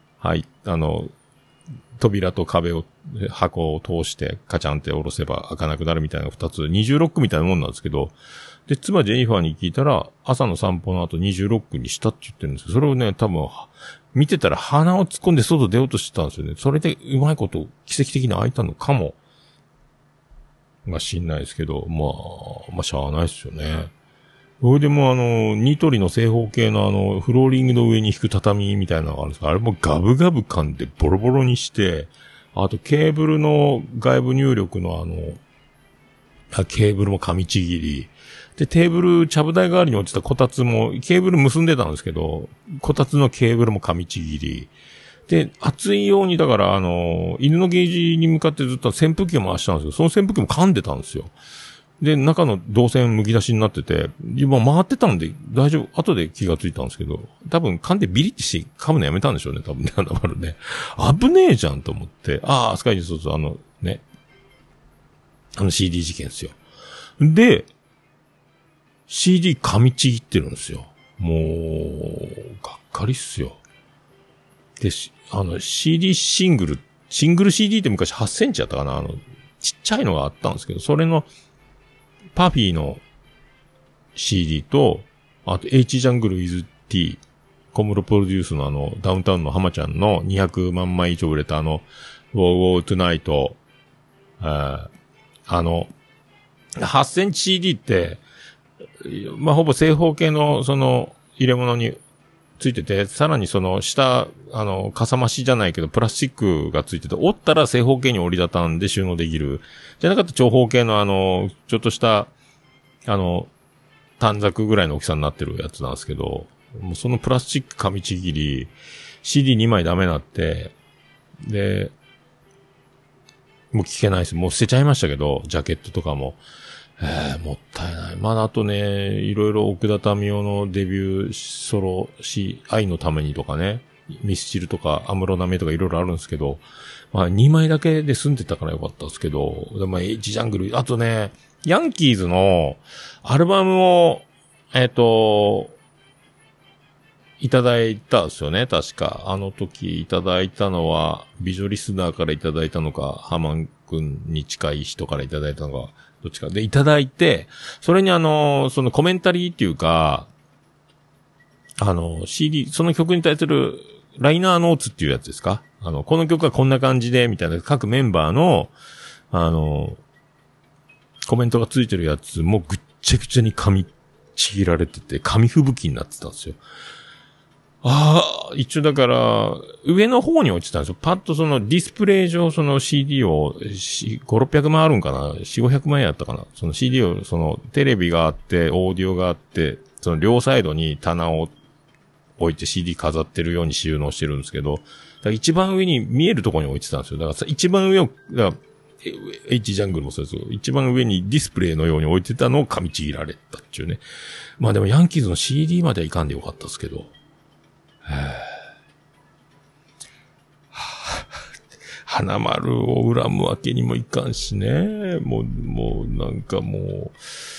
扉と壁を、箱を通してカチャンって下ろせば開かなくなるみたいな2つ、20ロックみたいなもんなんですけど、で、妻ジェニファーに聞いたら、朝の散歩の後20ロックにしたって言ってるんですけど、それをね、多分、見てたら鼻を突っ込んで外出ようとしてたんですよね。それでうまいこと奇跡的に開いたのかも、しんないですけど、まあ、しゃあないですよね。 それでもニトリの正方形のフローリングの上に引く畳みたいなのがあるんですが、あれもガブガブ噛んでボロボロにして、あとケーブルの外部入力のケーブルも噛みちぎり、で、テーブル、ちゃぶ台代わりに落ちたこたつも、ケーブル結んでたんですけど、こたつのケーブルも噛みちぎり、で、暑いように、だから、犬のゲージに向かってずっと扇風機を回したんですけど、その扇風機も噛んでたんですよ。で、中の導線剥き出しになってて、今回ってたんで大丈夫、後で気がついたんですけど、多分噛んでビリッてして噛むのやめたんでしょうね、多分ね、丸ね。危ねえじゃんと思って、スカイジそうそう、ね。CD 事件ですよ。で、CD 噛みちぎってるんですよ。もう、がっかりっすよ。で、CD シングル CD って昔8センチやったかな、ちっちゃいのがあったんですけど、それの、パフィーの CD と、あと H ジャングル with T、小室プロデュースのダウンタウンの浜ちゃんの200万枚以上売れたWow Wow Tonight、8センチ CD って、まあ、ほぼ正方形の、入れ物についてて、さらに下、かさ増しじゃないけど、プラスチックがついてて、折ったら正方形に折りたたんで収納できる。じゃなかったら長方形のちょっとした、短冊ぐらいの大きさになってるやつなんですけど、もうそのプラスチック噛みちぎり、CD2 枚ダメになって、で、もう聞けないです。もう捨てちゃいましたけど、ジャケットとかも。もったいない。まだあとね、いろいろ奥田民生のデビューソロし、愛のためにとかね、ミスチルとか、安室奈美とかいろいろあるんですけど、まあ2枚だけで済んでたからよかったんですけど、でまあ、H ジャングル、あとね、ヤンキーズのアルバムを、いただいたんですよね、確か。あの時いただいたのは、美女リスナーからいただいたのか、ハマン君に近い人からいただいたのか、どっちか。で、いただいて、それにそのコメンタリーっていうか、CD、その曲に対するライナーノーツっていうやつですか？この曲はこんな感じで、みたいな各メンバーの、コメントがついてるやつもぐっちゃぐちゃに噛みちぎられてて、紙吹雪になってたんですよ。一応だから、上の方に落ちたんですよ。パッとディスプレイ上CD を5、600万あるんかな ?4、500万円やったかなその CD をテレビがあって、オーディオがあって、両サイドに棚を置いて CD 飾ってるように収納してるんですけど、だから一番上に見えるところに置いてたんですよ。だから一番上を、H ジャングルもそうですよ。一番上にディスプレイのように置いてたのを噛みちぎられたっていうね。まあでもヤンキーズの CD まではいかんでよかったですけど。花丸を恨むわけにもいかんしね。もうなんかもう、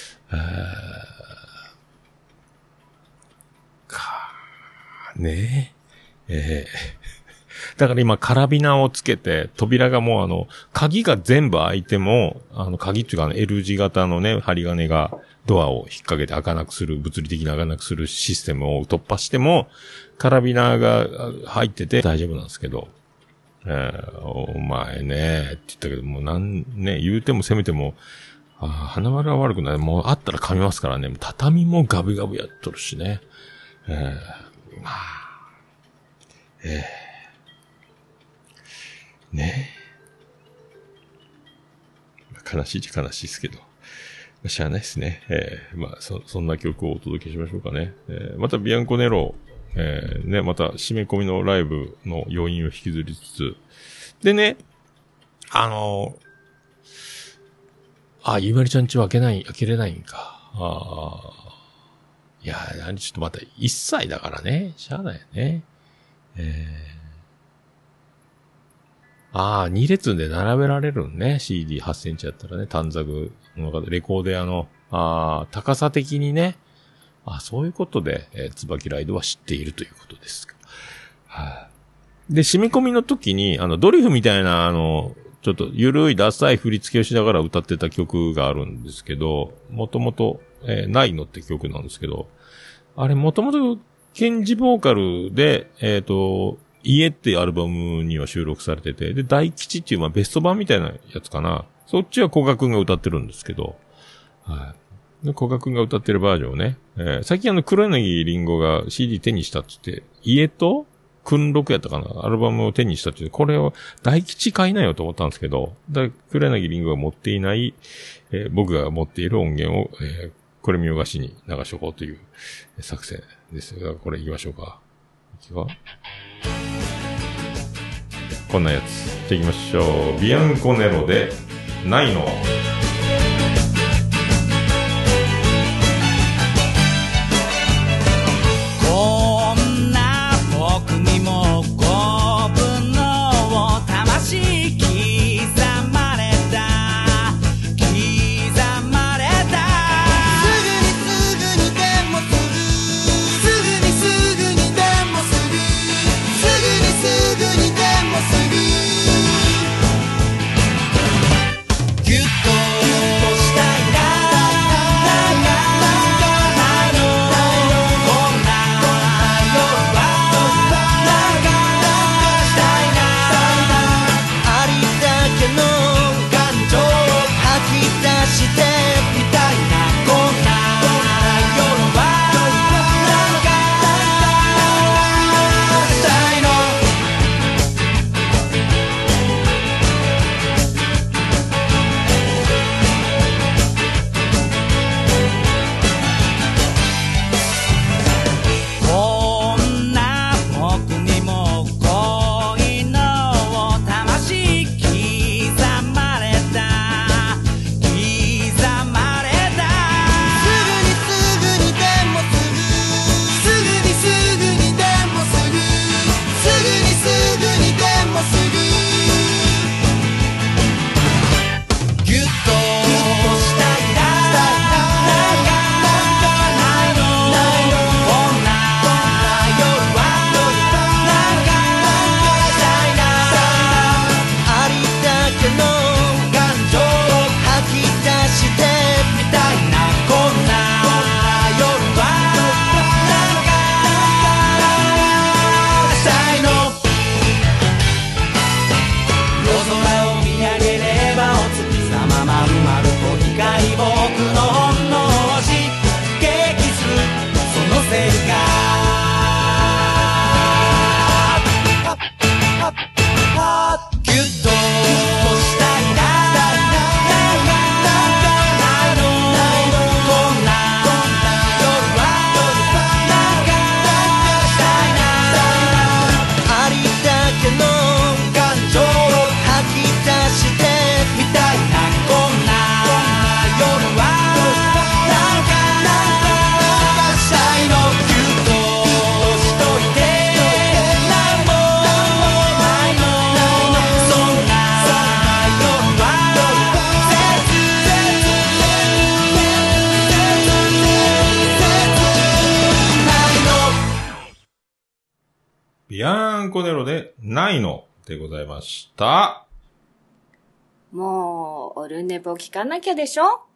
ねえ。だから今カラビナをつけて、扉がもう鍵が全部開いても、鍵っていうかL 字型のね、針金がドアを引っ掛けて開かなくする、物理的に開かなくするシステムを突破しても、カラビナが入ってて大丈夫なんですけど、お前ね、って言ったけど、もう言うても攻めても、花丸は悪くない。もうあったら噛みますからね。畳もガブガブやっとるしね。まあ、ね悲しいですけど。しゃあないですね。まあ、そんな曲をお届けしましょうかね。またビアンコネロ、ね、また締め込みのライブの要因を引きずりつつ。でね、ゆまりちゃんちは開けれないんか。いや、ちょっとまた1歳だからね。しゃあないよね。2列で並べられるんね。CD8 センチやったらね、短冊の中で、レコーデアの、高さ的にね。そういうことで、椿ライドは知っているということですか。で、締め込みの時に、ドリフみたいな、ちょっとゆるいダサい振り付けをしながら歌ってた曲があるんですけど、もともと、ないのって曲なんですけど、あれもともと、ケンジボーカルで、家っていうアルバムには収録されてて、で、大吉っていう、ベスト版みたいなやつかな。そっちは古賀くんが歌ってるんですけど、 で、古賀くんが歌ってるバージョンをね、最近黒柳りんごが CD 手にしたって言って、家と訓録やったかなアルバムを手にしたって言って、これを大吉買いなよと思ったんですけど、黒柳りんごが持っていない、僕が持っている音源を、これ見逃しに流しとこうという作戦ですよ。だからこれ行きましょうか。こんなやつ。じゃあ行きましょう。ビアンコネロで、ないの。 こんな僕にも5分の魂刻まれた刻まれたすぐにでもするすぐにでもするすぐにでもするぎゅっとしたいなビアンコネロでないのでございました。 もう、オルネポ聞かなきゃでしょ？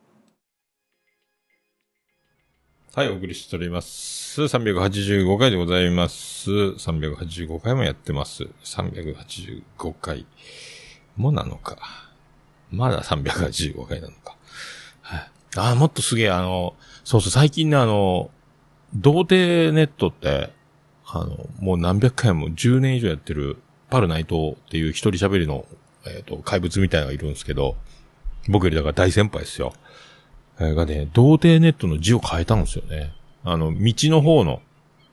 はい、お送りしております。385回でございます。385回もやってます。385回もなのか。まだ385回なのか。はい、もっとすげえ、そうそう、最近ね、童貞ネットって、もう何百回も10年以上やってる、パル内藤っていう一人喋りの、怪物みたいなのがいるんですけど、僕よりだから大先輩ですよ。がね、童貞ネットの字を変えたんですよね。道の方の、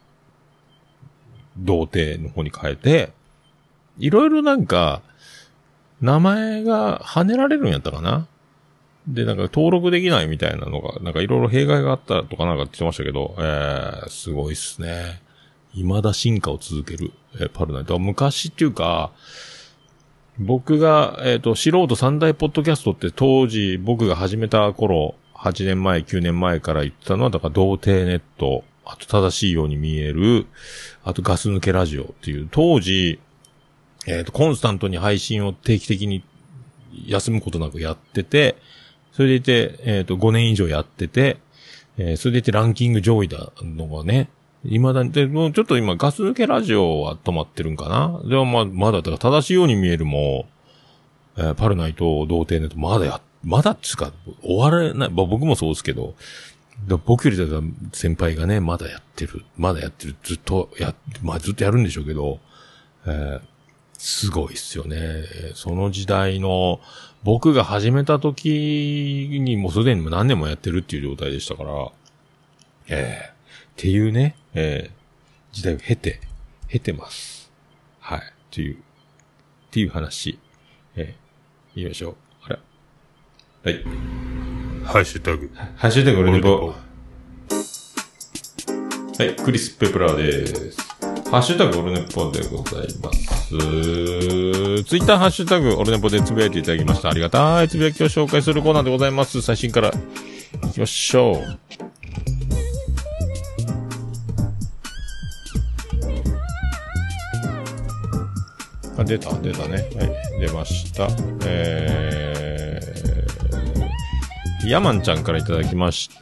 童貞の方に変えて、いろいろなんか、名前が跳ねられるんやったかな。で、なんか登録できないみたいなのが、なんかいろいろ弊害があったとかなんかって言ってましたけど、すごいっすね。未だ進化を続ける、パルナイト。昔っていうか、僕が、素人三大ポッドキャストって当時僕が始めた頃、8年前、9年前から言ってたのは、だから童貞ネット、あと正しいように見える、あとガス抜けラジオっていう、当時、コンスタントに配信を定期的に休むことなくやってて、それでいて、5年以上やってて、それでいてランキング上位だのがね、未だに、で、もうちょっと今ガス抜けラジオは止まってるんかな。でもまだだから正しいように見えるも、パルナイト童貞ネットまだやっまだっつうか、終わらない。僕もそうですけど、僕よりだから先輩がね、まだやってる。ずっとやるんでしょうけど、すごいっすよね。その時代の、僕が始めた時にもうすでに何年もやってるっていう状態でしたから、っていうね、時代を経てます。はい。っていう話、言いましょう。あら。はい。 ハッシュタグ俺ネポ。はい、クリス・ペプラーです。ハッシュタグオルネポでございます。ツイッターハッシュタグオルネポでつぶやいていただきました。ありがたいつぶやきを紹介するコーナーでございます。最新から行きましょう。出たね。はい、出ました。ヤマンちゃんからいただきました。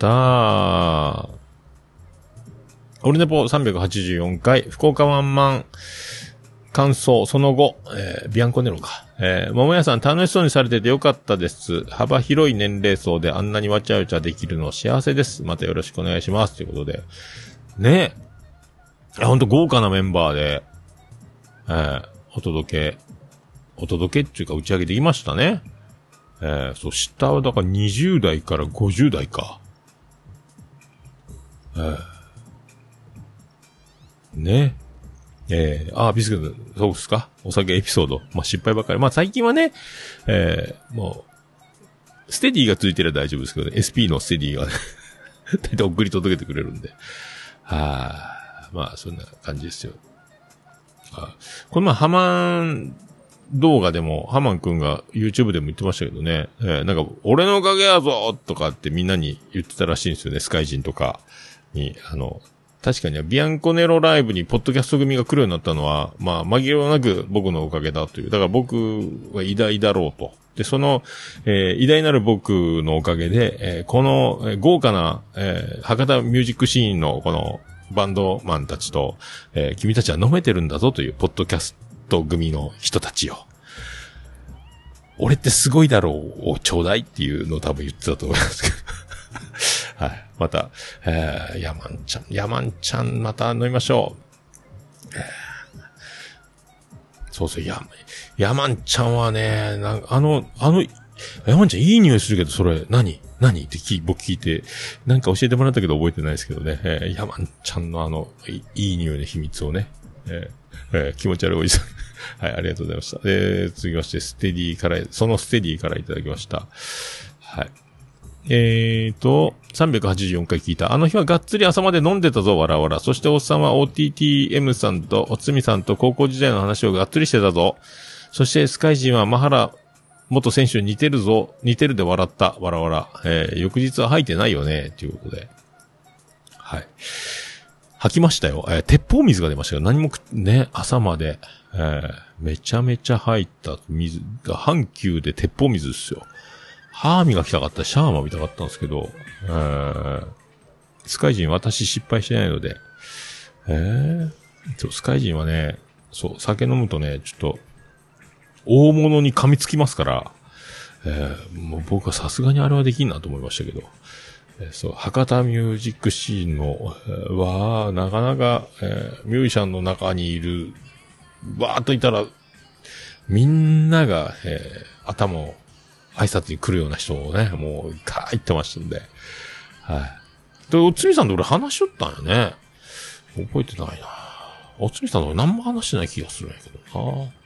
オルネポ384回、福岡ワンマン感想、その後、ビアンコネロか。桃屋さん楽しそうにされててよかったです。幅広い年齢層であんなにわちゃわちゃできるの幸せです。またよろしくお願いします。ということで。ねえ。ほんと豪華なメンバーで、お届けっていうか打ち上げできましたね。そう、下はだから20代から50代か。ね。ビスケット、そうですか。お酒エピソード。まあ、失敗ばかり。まあ、最近はね、もう、ステディがついてれば大丈夫ですけどね。SP のステディがね、大体送り届けてくれるんで。まあ、そんな感じですよ。この前、ハマン動画でも、ハマンくんが YouTube でも言ってましたけどね、なんか、俺のおかげやぞとかってみんなに言ってたらしいんですよね、スカイ人とかに。確かにビアンコネロライブにポッドキャスト組が来るようになったのは、まあ、紛れなく僕のおかげだという。だから僕は偉大だろうと。で、その、偉大なる僕のおかげで、この、豪華な、博多ミュージックシーンのこのバンドマンたちと、君たちは飲めてるんだぞというポッドキャスト組の人たちよ。俺ってすごいだろうをちょうだいっていうのを多分言ってたと思いますけど。はい。また、ヤマンちゃん、また飲みましょう。そうそう、ヤマンちゃんはね、ヤマンちゃんいい匂いするけど、それ、何って僕聞いて、なんか教えてもらったけど覚えてないですけどね。ヤマンちゃんのいい匂いの秘密をね。気持ち悪いおじさん。はい、ありがとうございました。続きまして、そのステディからいただきました。はい。384回聞いた。あの日はがっつり朝まで飲んでたぞ、わらわら。そしておっさんは OTTM さんとおつみさんと高校時代の話をがっつりしてたぞ。そしてスカイジンはマハラ元選手に似てるで笑った、わらわら。翌日は吐いてないよね、ということで。はい。吐きましたよ。鉄砲水が出ましたよ。何もね、朝まで。めちゃめちゃ入った水が阪急で鉄砲水ですよ。歯磨きたかった、シャワーも浴びたかったんですけど、スカイジン私失敗してないので、スカイジンはね、そう、酒飲むとね、ちょっと、大物に噛みつきますから、もう僕はさすがにあれはできんなと思いましたけど、そう、博多ミュージックシーンの、なかなか、ミュージシャンの中にいる、わーっといたら、みんなが、頭を挨拶に来るような人をね、もう、言ってましたんで。はい。で、おつみさんと俺話しよったんよね。覚えてないな。おつみさんと俺何も話してない気がするんやけどな。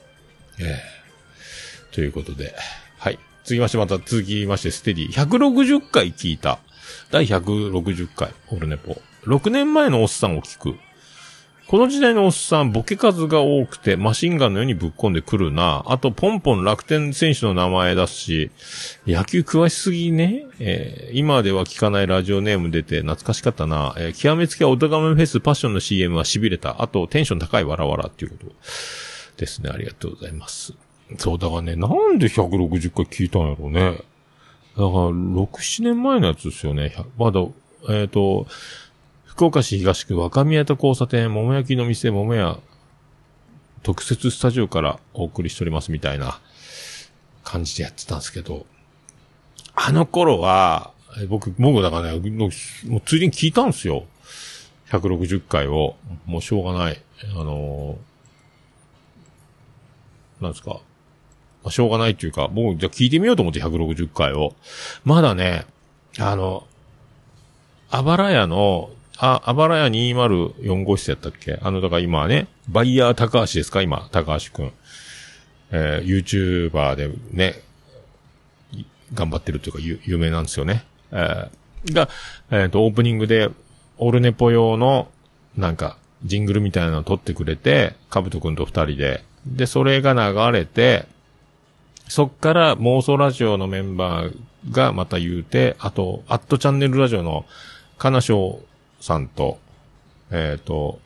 ということで。はい。続きましてステディ。160回聞いた。第160回、オルネポ。6年前のおっさんを聞く。この時代のおっさん、ボケ数が多くて、マシンガンのようにぶっ込んでくるな。あと、ポンポン楽天選手の名前出すし、野球詳しすぎね。今では聞かないラジオネーム出て懐かしかったな。極めつけはオトガメフェスパッションの CM は痺れた。あと、テンション高いわらわらっていうことですね。ありがとうございます。そう、だからね、なんで160回聞いたんやろうね。だから、6、7年前のやつですよね。まだ、福岡市東区若宮と交差点、桃焼きの店桃屋特設スタジオからお送りしておりますみたいな感じでやってたんですけど、 あの頃は、僕だからね、もうついでに聞いたんですよ。160回を。もうしょうがない。なんですか。しょうがないっていうか、もうじゃあ聞いてみようと思って160回を。まだね、あばらやの、あばらや204号室やったっけ？だから今はね、バイヤー高橋ですか今、高橋くん。YouTuber でね、頑張ってるというか、有名なんですよね。が、オープニングで、オルネポ用の、なんか、ジングルみたいなのを撮ってくれて、かぶとくんと二人で、で、それが流れて、そっから妄想ラジオのメンバーがまた言うて、あと、アットチャンネルラジオの、かなしょうさんと、誰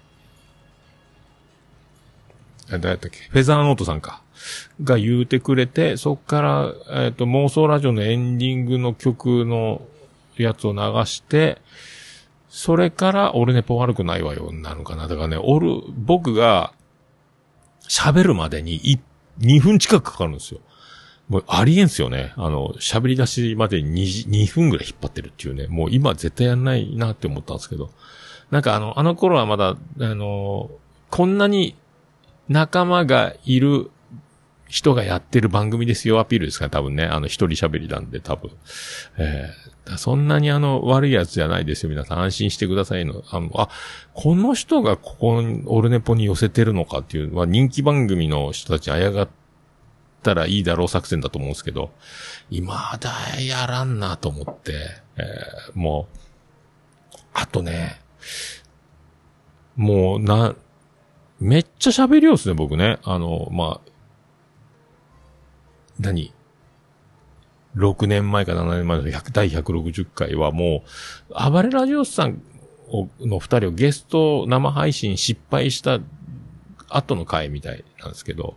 だったっけ？フェザーノートさんか。が言うてくれて、そっから、妄想ラジオのエンディングの曲のやつを流して、それから、俺ネポ悪くないわよ、なのかな。だからね、僕が、喋るまでに2分近くかかるんですよ。もうありえんすよね。喋り出しまでに2分ぐらい引っ張ってるっていうね。もう今絶対やんないなって思ったんですけど。なんかあの頃はまだ、こんなに仲間がいる人がやってる番組ですよアピールですかね、多分ね。一人喋りなんで多分。そんなに悪いやつじゃないですよ。皆さん安心してくださいの。この人がここにオルネポに寄せてるのかっていうのは人気番組の人たちにあやがったらいいだろう作戦だと思うんですけど、未だやらんなと思って、もう、あとね、もうめっちゃ喋りようですね、僕ね。6年前か7年前の第160回はもう、暴れラジオスさんの2人をゲスト生配信失敗した後の回みたいなんですけど、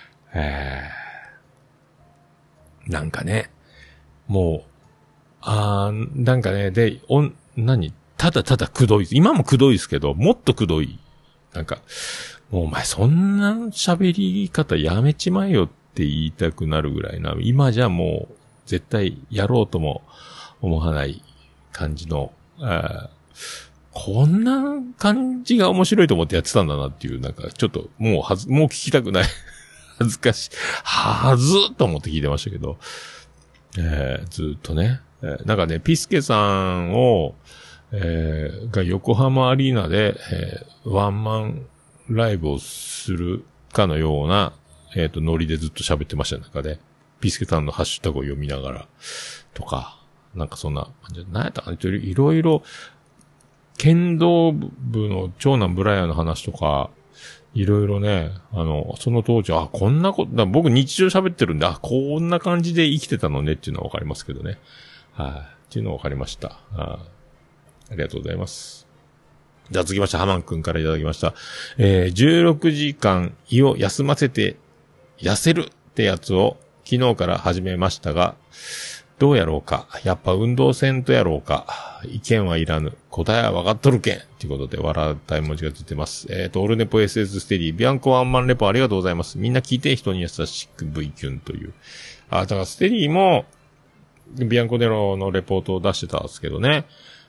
なんかね、もう、なんかね、で、ただただくどい。今もくどいですけど、もっとくどい。なんか、もうお前そんな喋り方やめちまえよって言いたくなるぐらいな、今じゃもう絶対やろうとも思わない感じの、こんな感じが面白いと思ってやってたんだなっていう、なんかちょっともう聞きたくない。恥ずかしい。はずーと思って聞いてましたけど、ずっとね、なんかね、ピスケさんを、が横浜アリーナで、ワンマンライブをするかのような、ノリでずっと喋ってました中で、ピスケさんのハッシュタグを読みながら、とか、なんかそんな、何やったかな、いろいろ、剣道部の長男ブライアンの話とか、いろいろね、その当時、こんなこと、僕日常喋ってるんで、こんな感じで生きてたのねっていうのはわかりますけどね。っていうのはわかりました。ありがとうございます。じゃあ続きまして、ハマンくんからいただきました。16時間胃を休ませて痩せるってやつを昨日から始めましたが、どうやろうか。やっぱ運動せんとやろうか。意見はいらぬ。答えは分かっとるけん。ということで、笑ったい文字がついてます。オルネポ SS ステディ、ビアンコワンマンレポありがとうございます。みんな聞いて人に優しく V キュンという。だからステディも、ビアンコネロのレポートを出してたんですけどね。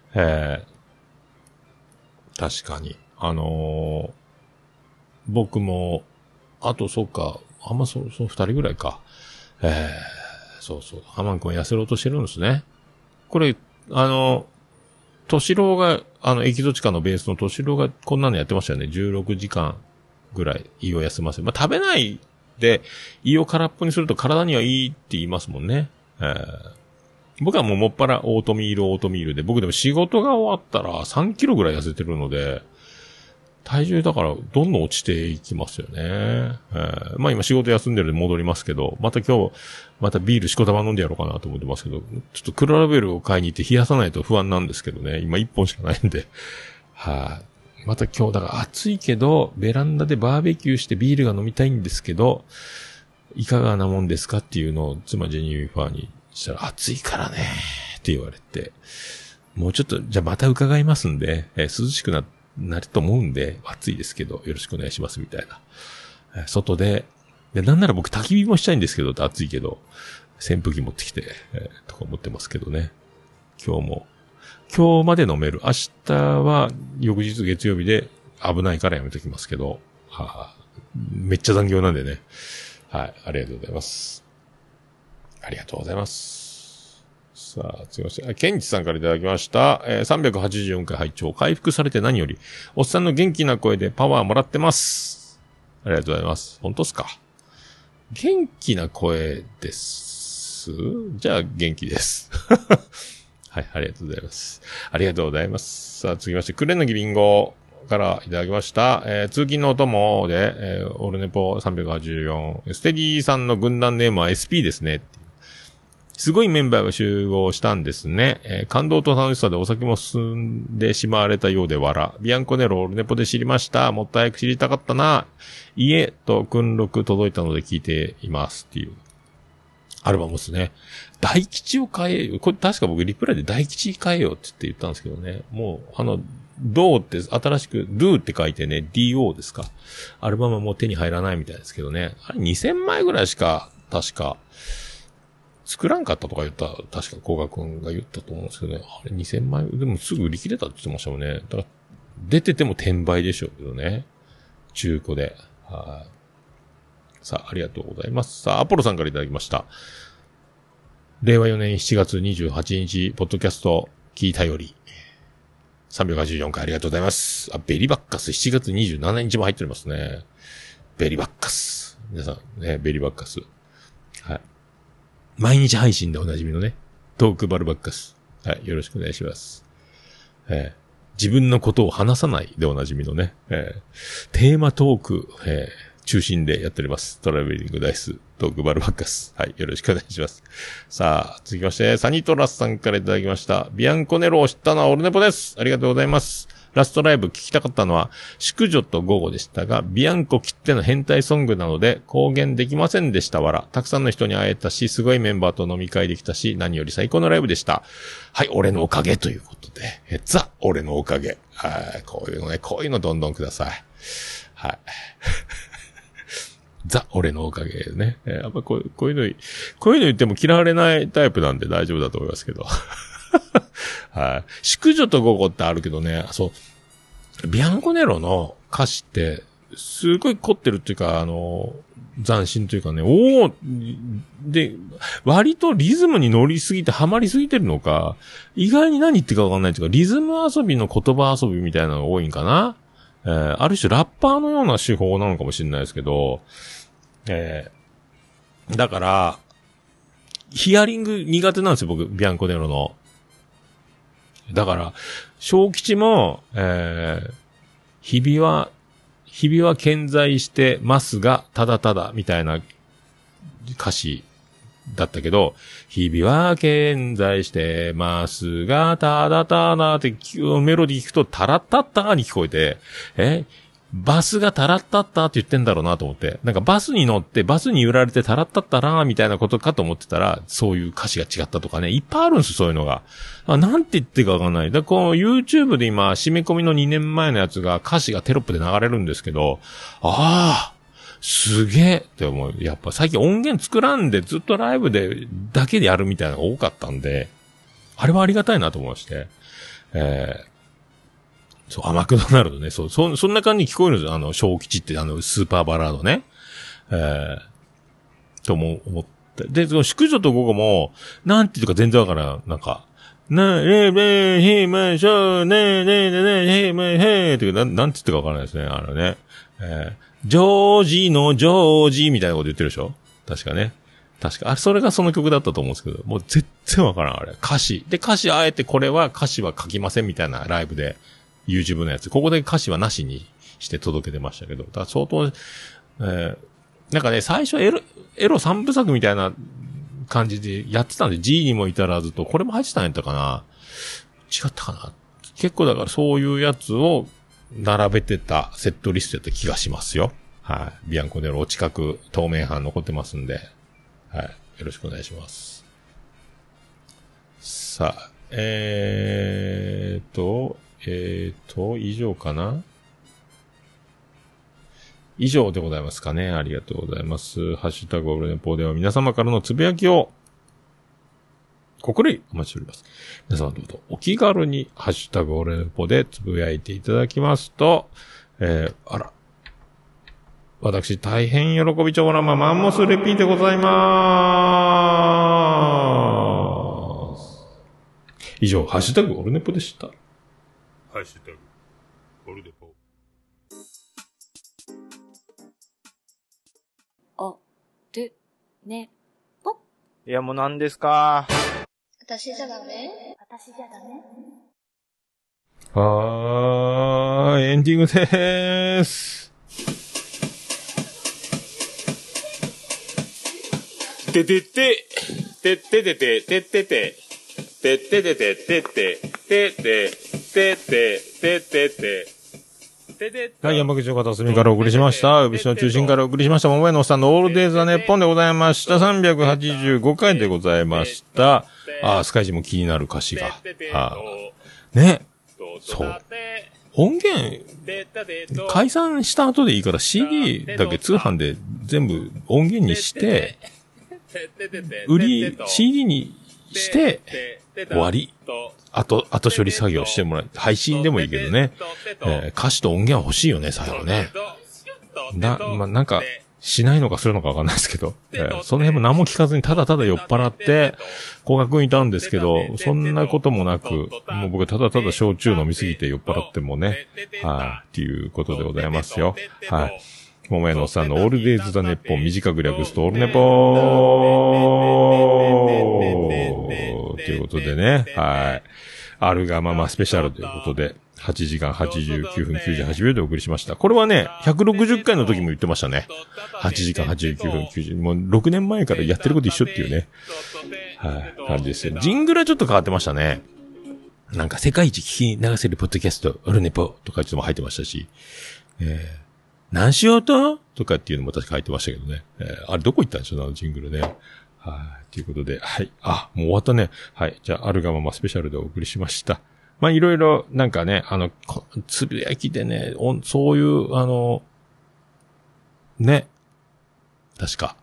確かに。僕も、あとそうか、その二人ぐらいか。そうそう。ハマン君は痩せろうとしてるんですね。これ、トシローが、エキゾチカのベースのトシローがこんなのやってましたよね。16時間ぐらい胃を休ませる。食べないで胃を空っぽにすると体にはいいって言いますもんね。僕はもっぱらオートミールで、僕でも仕事が終わったら3キロぐらい痩せてるので、体重だからどんどん落ちていきますよね。今仕事休んでるんで戻りますけど、また今日、またビールしこたま飲んでやろうかなと思ってますけど、ちょっと黒ラベルを買いに行って冷やさないと不安なんですけどね、今1本しかないんで。また今日だから暑いけど、ベランダでバーベキューしてビールが飲みたいんですけど、いかがなもんですかっていうのを妻ジェニファーにしたら、暑いからねって言われて、もうちょっと、じゃあまた伺いますんで、涼しくなると思うんで、暑いですけど、よろしくお願いしますみたいな。外で、なんなら僕焚き火もしたいんですけど、暑いけど、 扇風機持ってきて、とか思ってますけどね。今日まで飲める。明日は翌日月曜日で危ないからやめときますけど、めっちゃ残業なんでね。はい、ありがとうございます。ありがとうございます。さあ、次まして、ケンチさんからいただきました。384回拝聴。回復されて何より、おっさんの元気な声でパワーもらってます。ありがとうございます。本当っすか？元気な声です。じゃあ、元気です。はい、ありがとうございます。ありがとうございます。さあ、次まして、クレのギビンゴからいただきました。通勤のお供で、オルネポ384、ステディさんの軍団ネームは SP ですね。すごいメンバーが集合したんですね。感動と楽しさでお酒も進んでしまわれたようで笑。ビアンコネロオルネポで知りました。もっと早く知りたかったな。家と訓録届いたので聞いていますっていうアルバムですね。大吉を変えよ。これ確か僕リプライで大吉変えよって言ったんですけどね。もうドーって新しく、ドゥって書いてね、DO ですか。アルバムはもう手に入らないみたいですけどね。あれ2000枚ぐらいしか、確か、作らんかったとか言った、確か高賀くんが言ったと思うんですけどね。あれ2000枚、でもすぐ売り切れたって言ってましたもんね。だから、出てても転売でしょうけどね。中古で。はい。さあ、ありがとうございます。さあ、アポロさんからいただきました。令和4年7月28日、ポッドキャスト、聞いたより。384回ありがとうございます。ベリバッカス7月27日も入っておりますね。ベリバッカス。皆さんね、ベリバッカス。はい。毎日配信でおなじみのね、トークバルバッカス。はい、よろしくお願いします。自分のことを話さないでおなじみのね、テーマトーク、中心でやっております。トラベリングダイス、トークバルバッカス。はい、よろしくお願いします。さあ、続きまして、サニトラスさんからいただきました。ビアンコネロを知ったのはオルネポです。ありがとうございます。ラストライブ聞きたかったのは、淑女と午後でしたが、ビアンコ切っての変態ソングなので、公言できませんでしたわら。たくさんの人に会えたし、すごいメンバーと飲み会できたし、何より最高のライブでした。はい、俺のおかげということで。ザ、俺のおかげ。はい、こういうのどんどんください。はい。ザ、俺のおかげね。やっぱこういうの言っても嫌われないタイプなんで大丈夫だと思いますけど。はい。淑女と午後ってあるけどね、そう、ビアンコネロの歌詞って、すごい凝ってるっていうか、斬新というかね、で、割とリズムに乗りすぎてハマりすぎてるのか、意外に何言ってるかわかんないというか、リズム遊びの言葉遊びみたいなのが多いんかな。ある種ラッパーのような手法なのかもしれないですけど、だから、ヒアリング苦手なんですよ、僕、ビアンコネロの。だから、小吉も、日々は健在してますが、ただただ、みたいな歌詞だったけど、日々は健在してますが、ただただってメロディー聞くと、タラッタッターに聞こえて、バスがタラッタッターって言ってんだろうなと思って。なんかバスに乗って、バスに揺られてタラッタッタラーみたいなことかと思ってたら、そういう歌詞が違ったとかね、いっぱいあるんですよ、そういうのが。なんて言ってかわかんない。だからこの YouTube で今、締め込みの2年前のやつが歌詞がテロップで流れるんですけど、すげえって思う。やっぱ最近音源作らんでずっとライブだけでやるみたいなのが多かったんで、あれはありがたいなと思いまして。そう、マクドナルドね。そんな感じに聞こえるんですよ。小吉ってスーパーバラードね。とも思って。で、その淑女と午後も、なんていうか全然わからん。なんか、へましょう、へまへってなんて言ってかわからないですね。ジョージのジョージみたいなこと言ってるでしょ？確かね。それがその曲だったと思うんですけど、もう全然わからん、あれ。歌詞。で、あえてこれは歌詞は書きませんみたいなライブで、YouTube のやつ。ここで歌詞はなしにして届けてましたけど、だから相当、なんかね、最初エロ三部作みたいな感じでやってたんで、G にも至らずと、これも入ってたんやったかな？違ったかな？結構だからそういうやつを並べてたセットリストやった気がしますよ。はい。ビアンコネロお近く透明版残ってますんで、はい。よろしくお願いします。さあ、以上かな？以上でございますかね。ありがとうございます。ハッシュタグオルネポでは皆様からのつぶやきを心よりお待ちしております。皆様どうぞお気軽にハッシュタグオルネポでつぶやいていただきますと、あら。私、大変喜びちょうなマンモスレピーでございます。以上、ハッシュタグオルネポでした。 ハッシュタグオルネポ。 お、る、ね、ぽ。 いや、もう何ですか？ 私じゃダメ？ エンディングでーす。 ててて、てててて、ててて、てててて、てて、てて、てて、てて、 はい、山口の片隅からお送りしました。宇部市の中心からお送りしました。桃屋のおっさんのオールデイズ・ザ・ネッポンでございました。385回でございました。スカイジも気になる歌詞が。ね。そう。音源、解散した後でいいから CD だけ通販で全部音源にして、CD にして、終わり。後処理作業してもらう。配信でもいいけどね。歌詞と音源は欲しいよね、最後ね。なんか、しないのかするのかわかんないですけど、その辺も何も聞かずにただただ酔っ払って、高額にいたんですけど、そんなこともなく、もう僕ただただ焼酎飲みすぎて酔っ払ってもね、っていうことでございますよ。はい。桃屋のおっさんのオールデイズ・ザ・ネッポン、短く略すとオールネポーということでね、はい。あるがままスペシャルということで、8時間89分98秒でお送りしました。これはね、160回の時も言ってましたね。8時間89分90、もう6年前からやってること一緒っていうね。はい、感じですよ。ジングルはちょっと変わってましたね。なんか世界一聞き流せるポッドキャスト、オルネポとかちょっとも入ってましたし、何しようとかっていうのも確か入ってましたけどね。あれどこ行ったんでしょうね、あのジングルね。はい、ということで、はい。もう終わったね。はい。じゃあ、あるがままスペシャルでお送りしました。まあ、いろいろ、なんかね、つぶやきでね、そういう、ね。確か。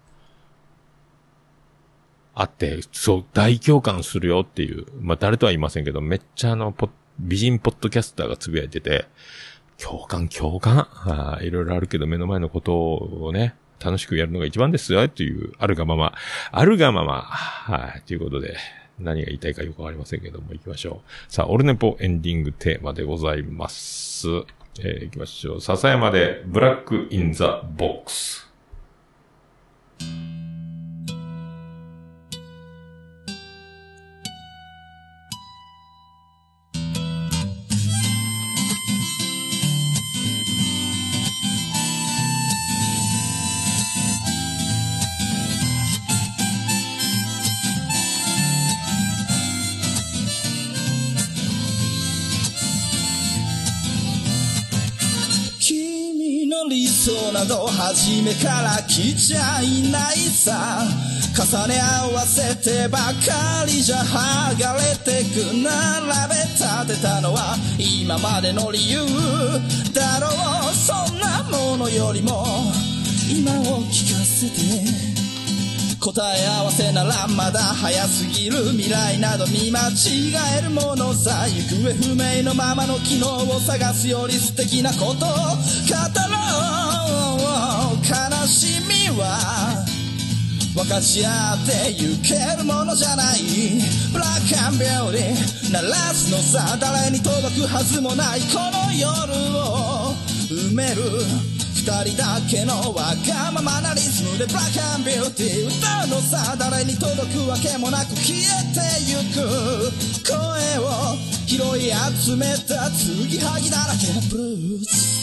あって、そう、大共感するよっていう。まあ、誰とは言いませんけど、めっちゃ美人ポッドキャスターがつぶやいてて、共感。いろいろあるけど、目の前のことをね、楽しくやるのが一番ですよ、という、あるがまま。はい、ということで、何が言いたいかよくわかりませんけども、行きましょう。さあ、オルネポエンディングテーマでございます。行きましょう。笹山で、ブラックインザボックス。 理想など初めから来ちゃいないさ、重ね合わせてばかりじゃ剥がれてく、並べ立てたのは今までの理由だろう。そんなものよりも今を聞かせて、答え合わせならまだ早すぎる、未来など見間違えるものさ、行方不明のままの昨日を探すより素敵なことを語ろう。悲しみは分かち合ってゆけるものじゃない、ブラックアンビューティー鳴らすのさ、誰に届くはずもないこの夜を埋める二人だけのわがままなリズムでブラックアンビューティー歌うのさ、誰に届くわけもなく消えてゆく声を拾い集めた継ぎはぎだらけのブルース。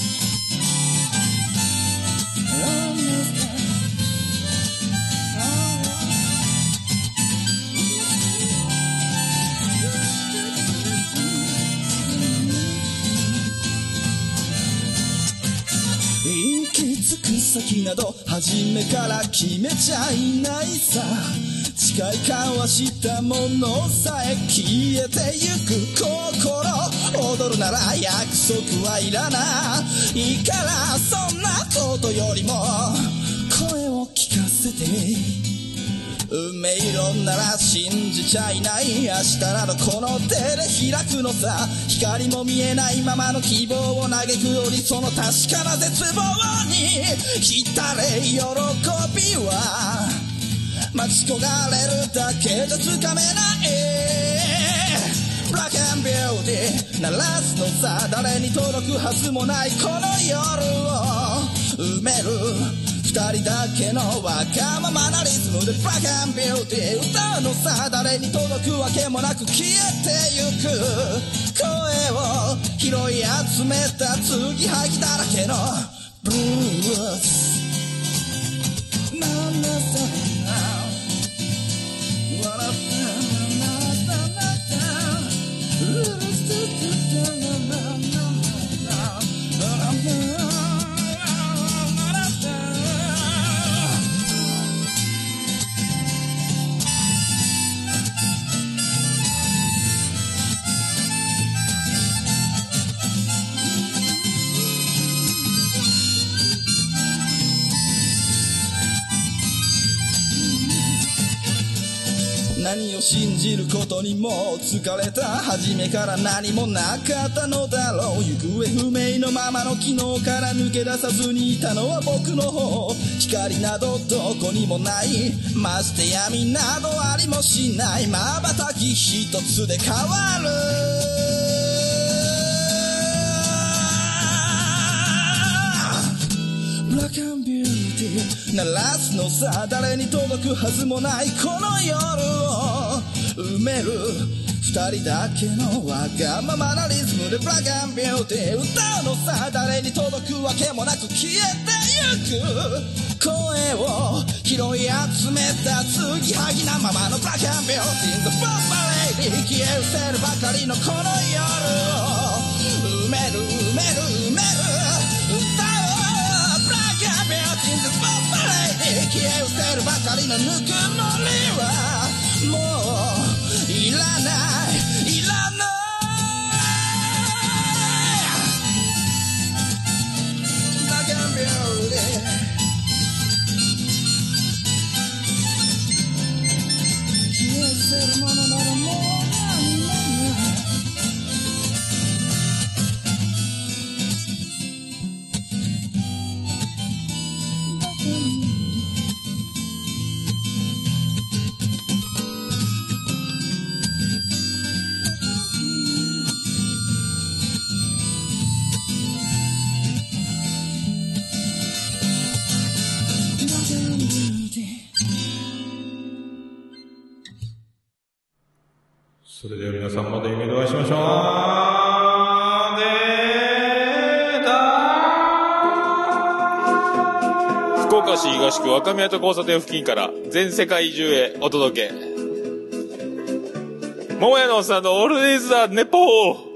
行き着く先など初めから決めちゃいないさ、誓い交わしたものさえ消えてゆく心、踊るなら約束はいらないから、そんなことよりも声を聞かせて運命論なら信じちゃいない。明日などこの手で開くのさ。光も見えないままの希望を嘆くより、その確かな絶望に浸れ喜びは待ち焦がれるだけじゃつかめない。ブラック&ビューティー鳴らすのさ。誰に届くはずもないこの夜を埋める二人だけのわがままなリズムでブラック&ビューティー歌うのさ。誰に届くわけもなく消えてゆく声を拾い集めた継ぎはぎだらけのブルース。なんだそんな笑って何を信じることにも疲れた。初めから何もなかったのだろう。行方不明のままの昨日から抜け出さずにいたのは僕の方。光などどこにもない。まして闇などありもしない。瞬き一つで変わる。ブラック&ビューティー鳴らすのさ。誰に届くはずもないこの夜を埋める二人だけのわがままなリズムでブラック&ビューティー歌うのさ。誰に届くわけもなく消えてゆく声を拾い集めた継ぎはぎなままのブラック&ビューティー The Bomb Lady 消え失せるばかりのこの夜を埋める埋める埋める消え失せるばかりのぬくもりはもういらないいらないだけのビューティー消え失せるものならもう何もないそれでは皆さんまた夢でお会いしましょう。福岡市東区若宮と交差点付近から全世界中へお届け。桃屋のおっさんのオールディーズ・ザ・ネポー。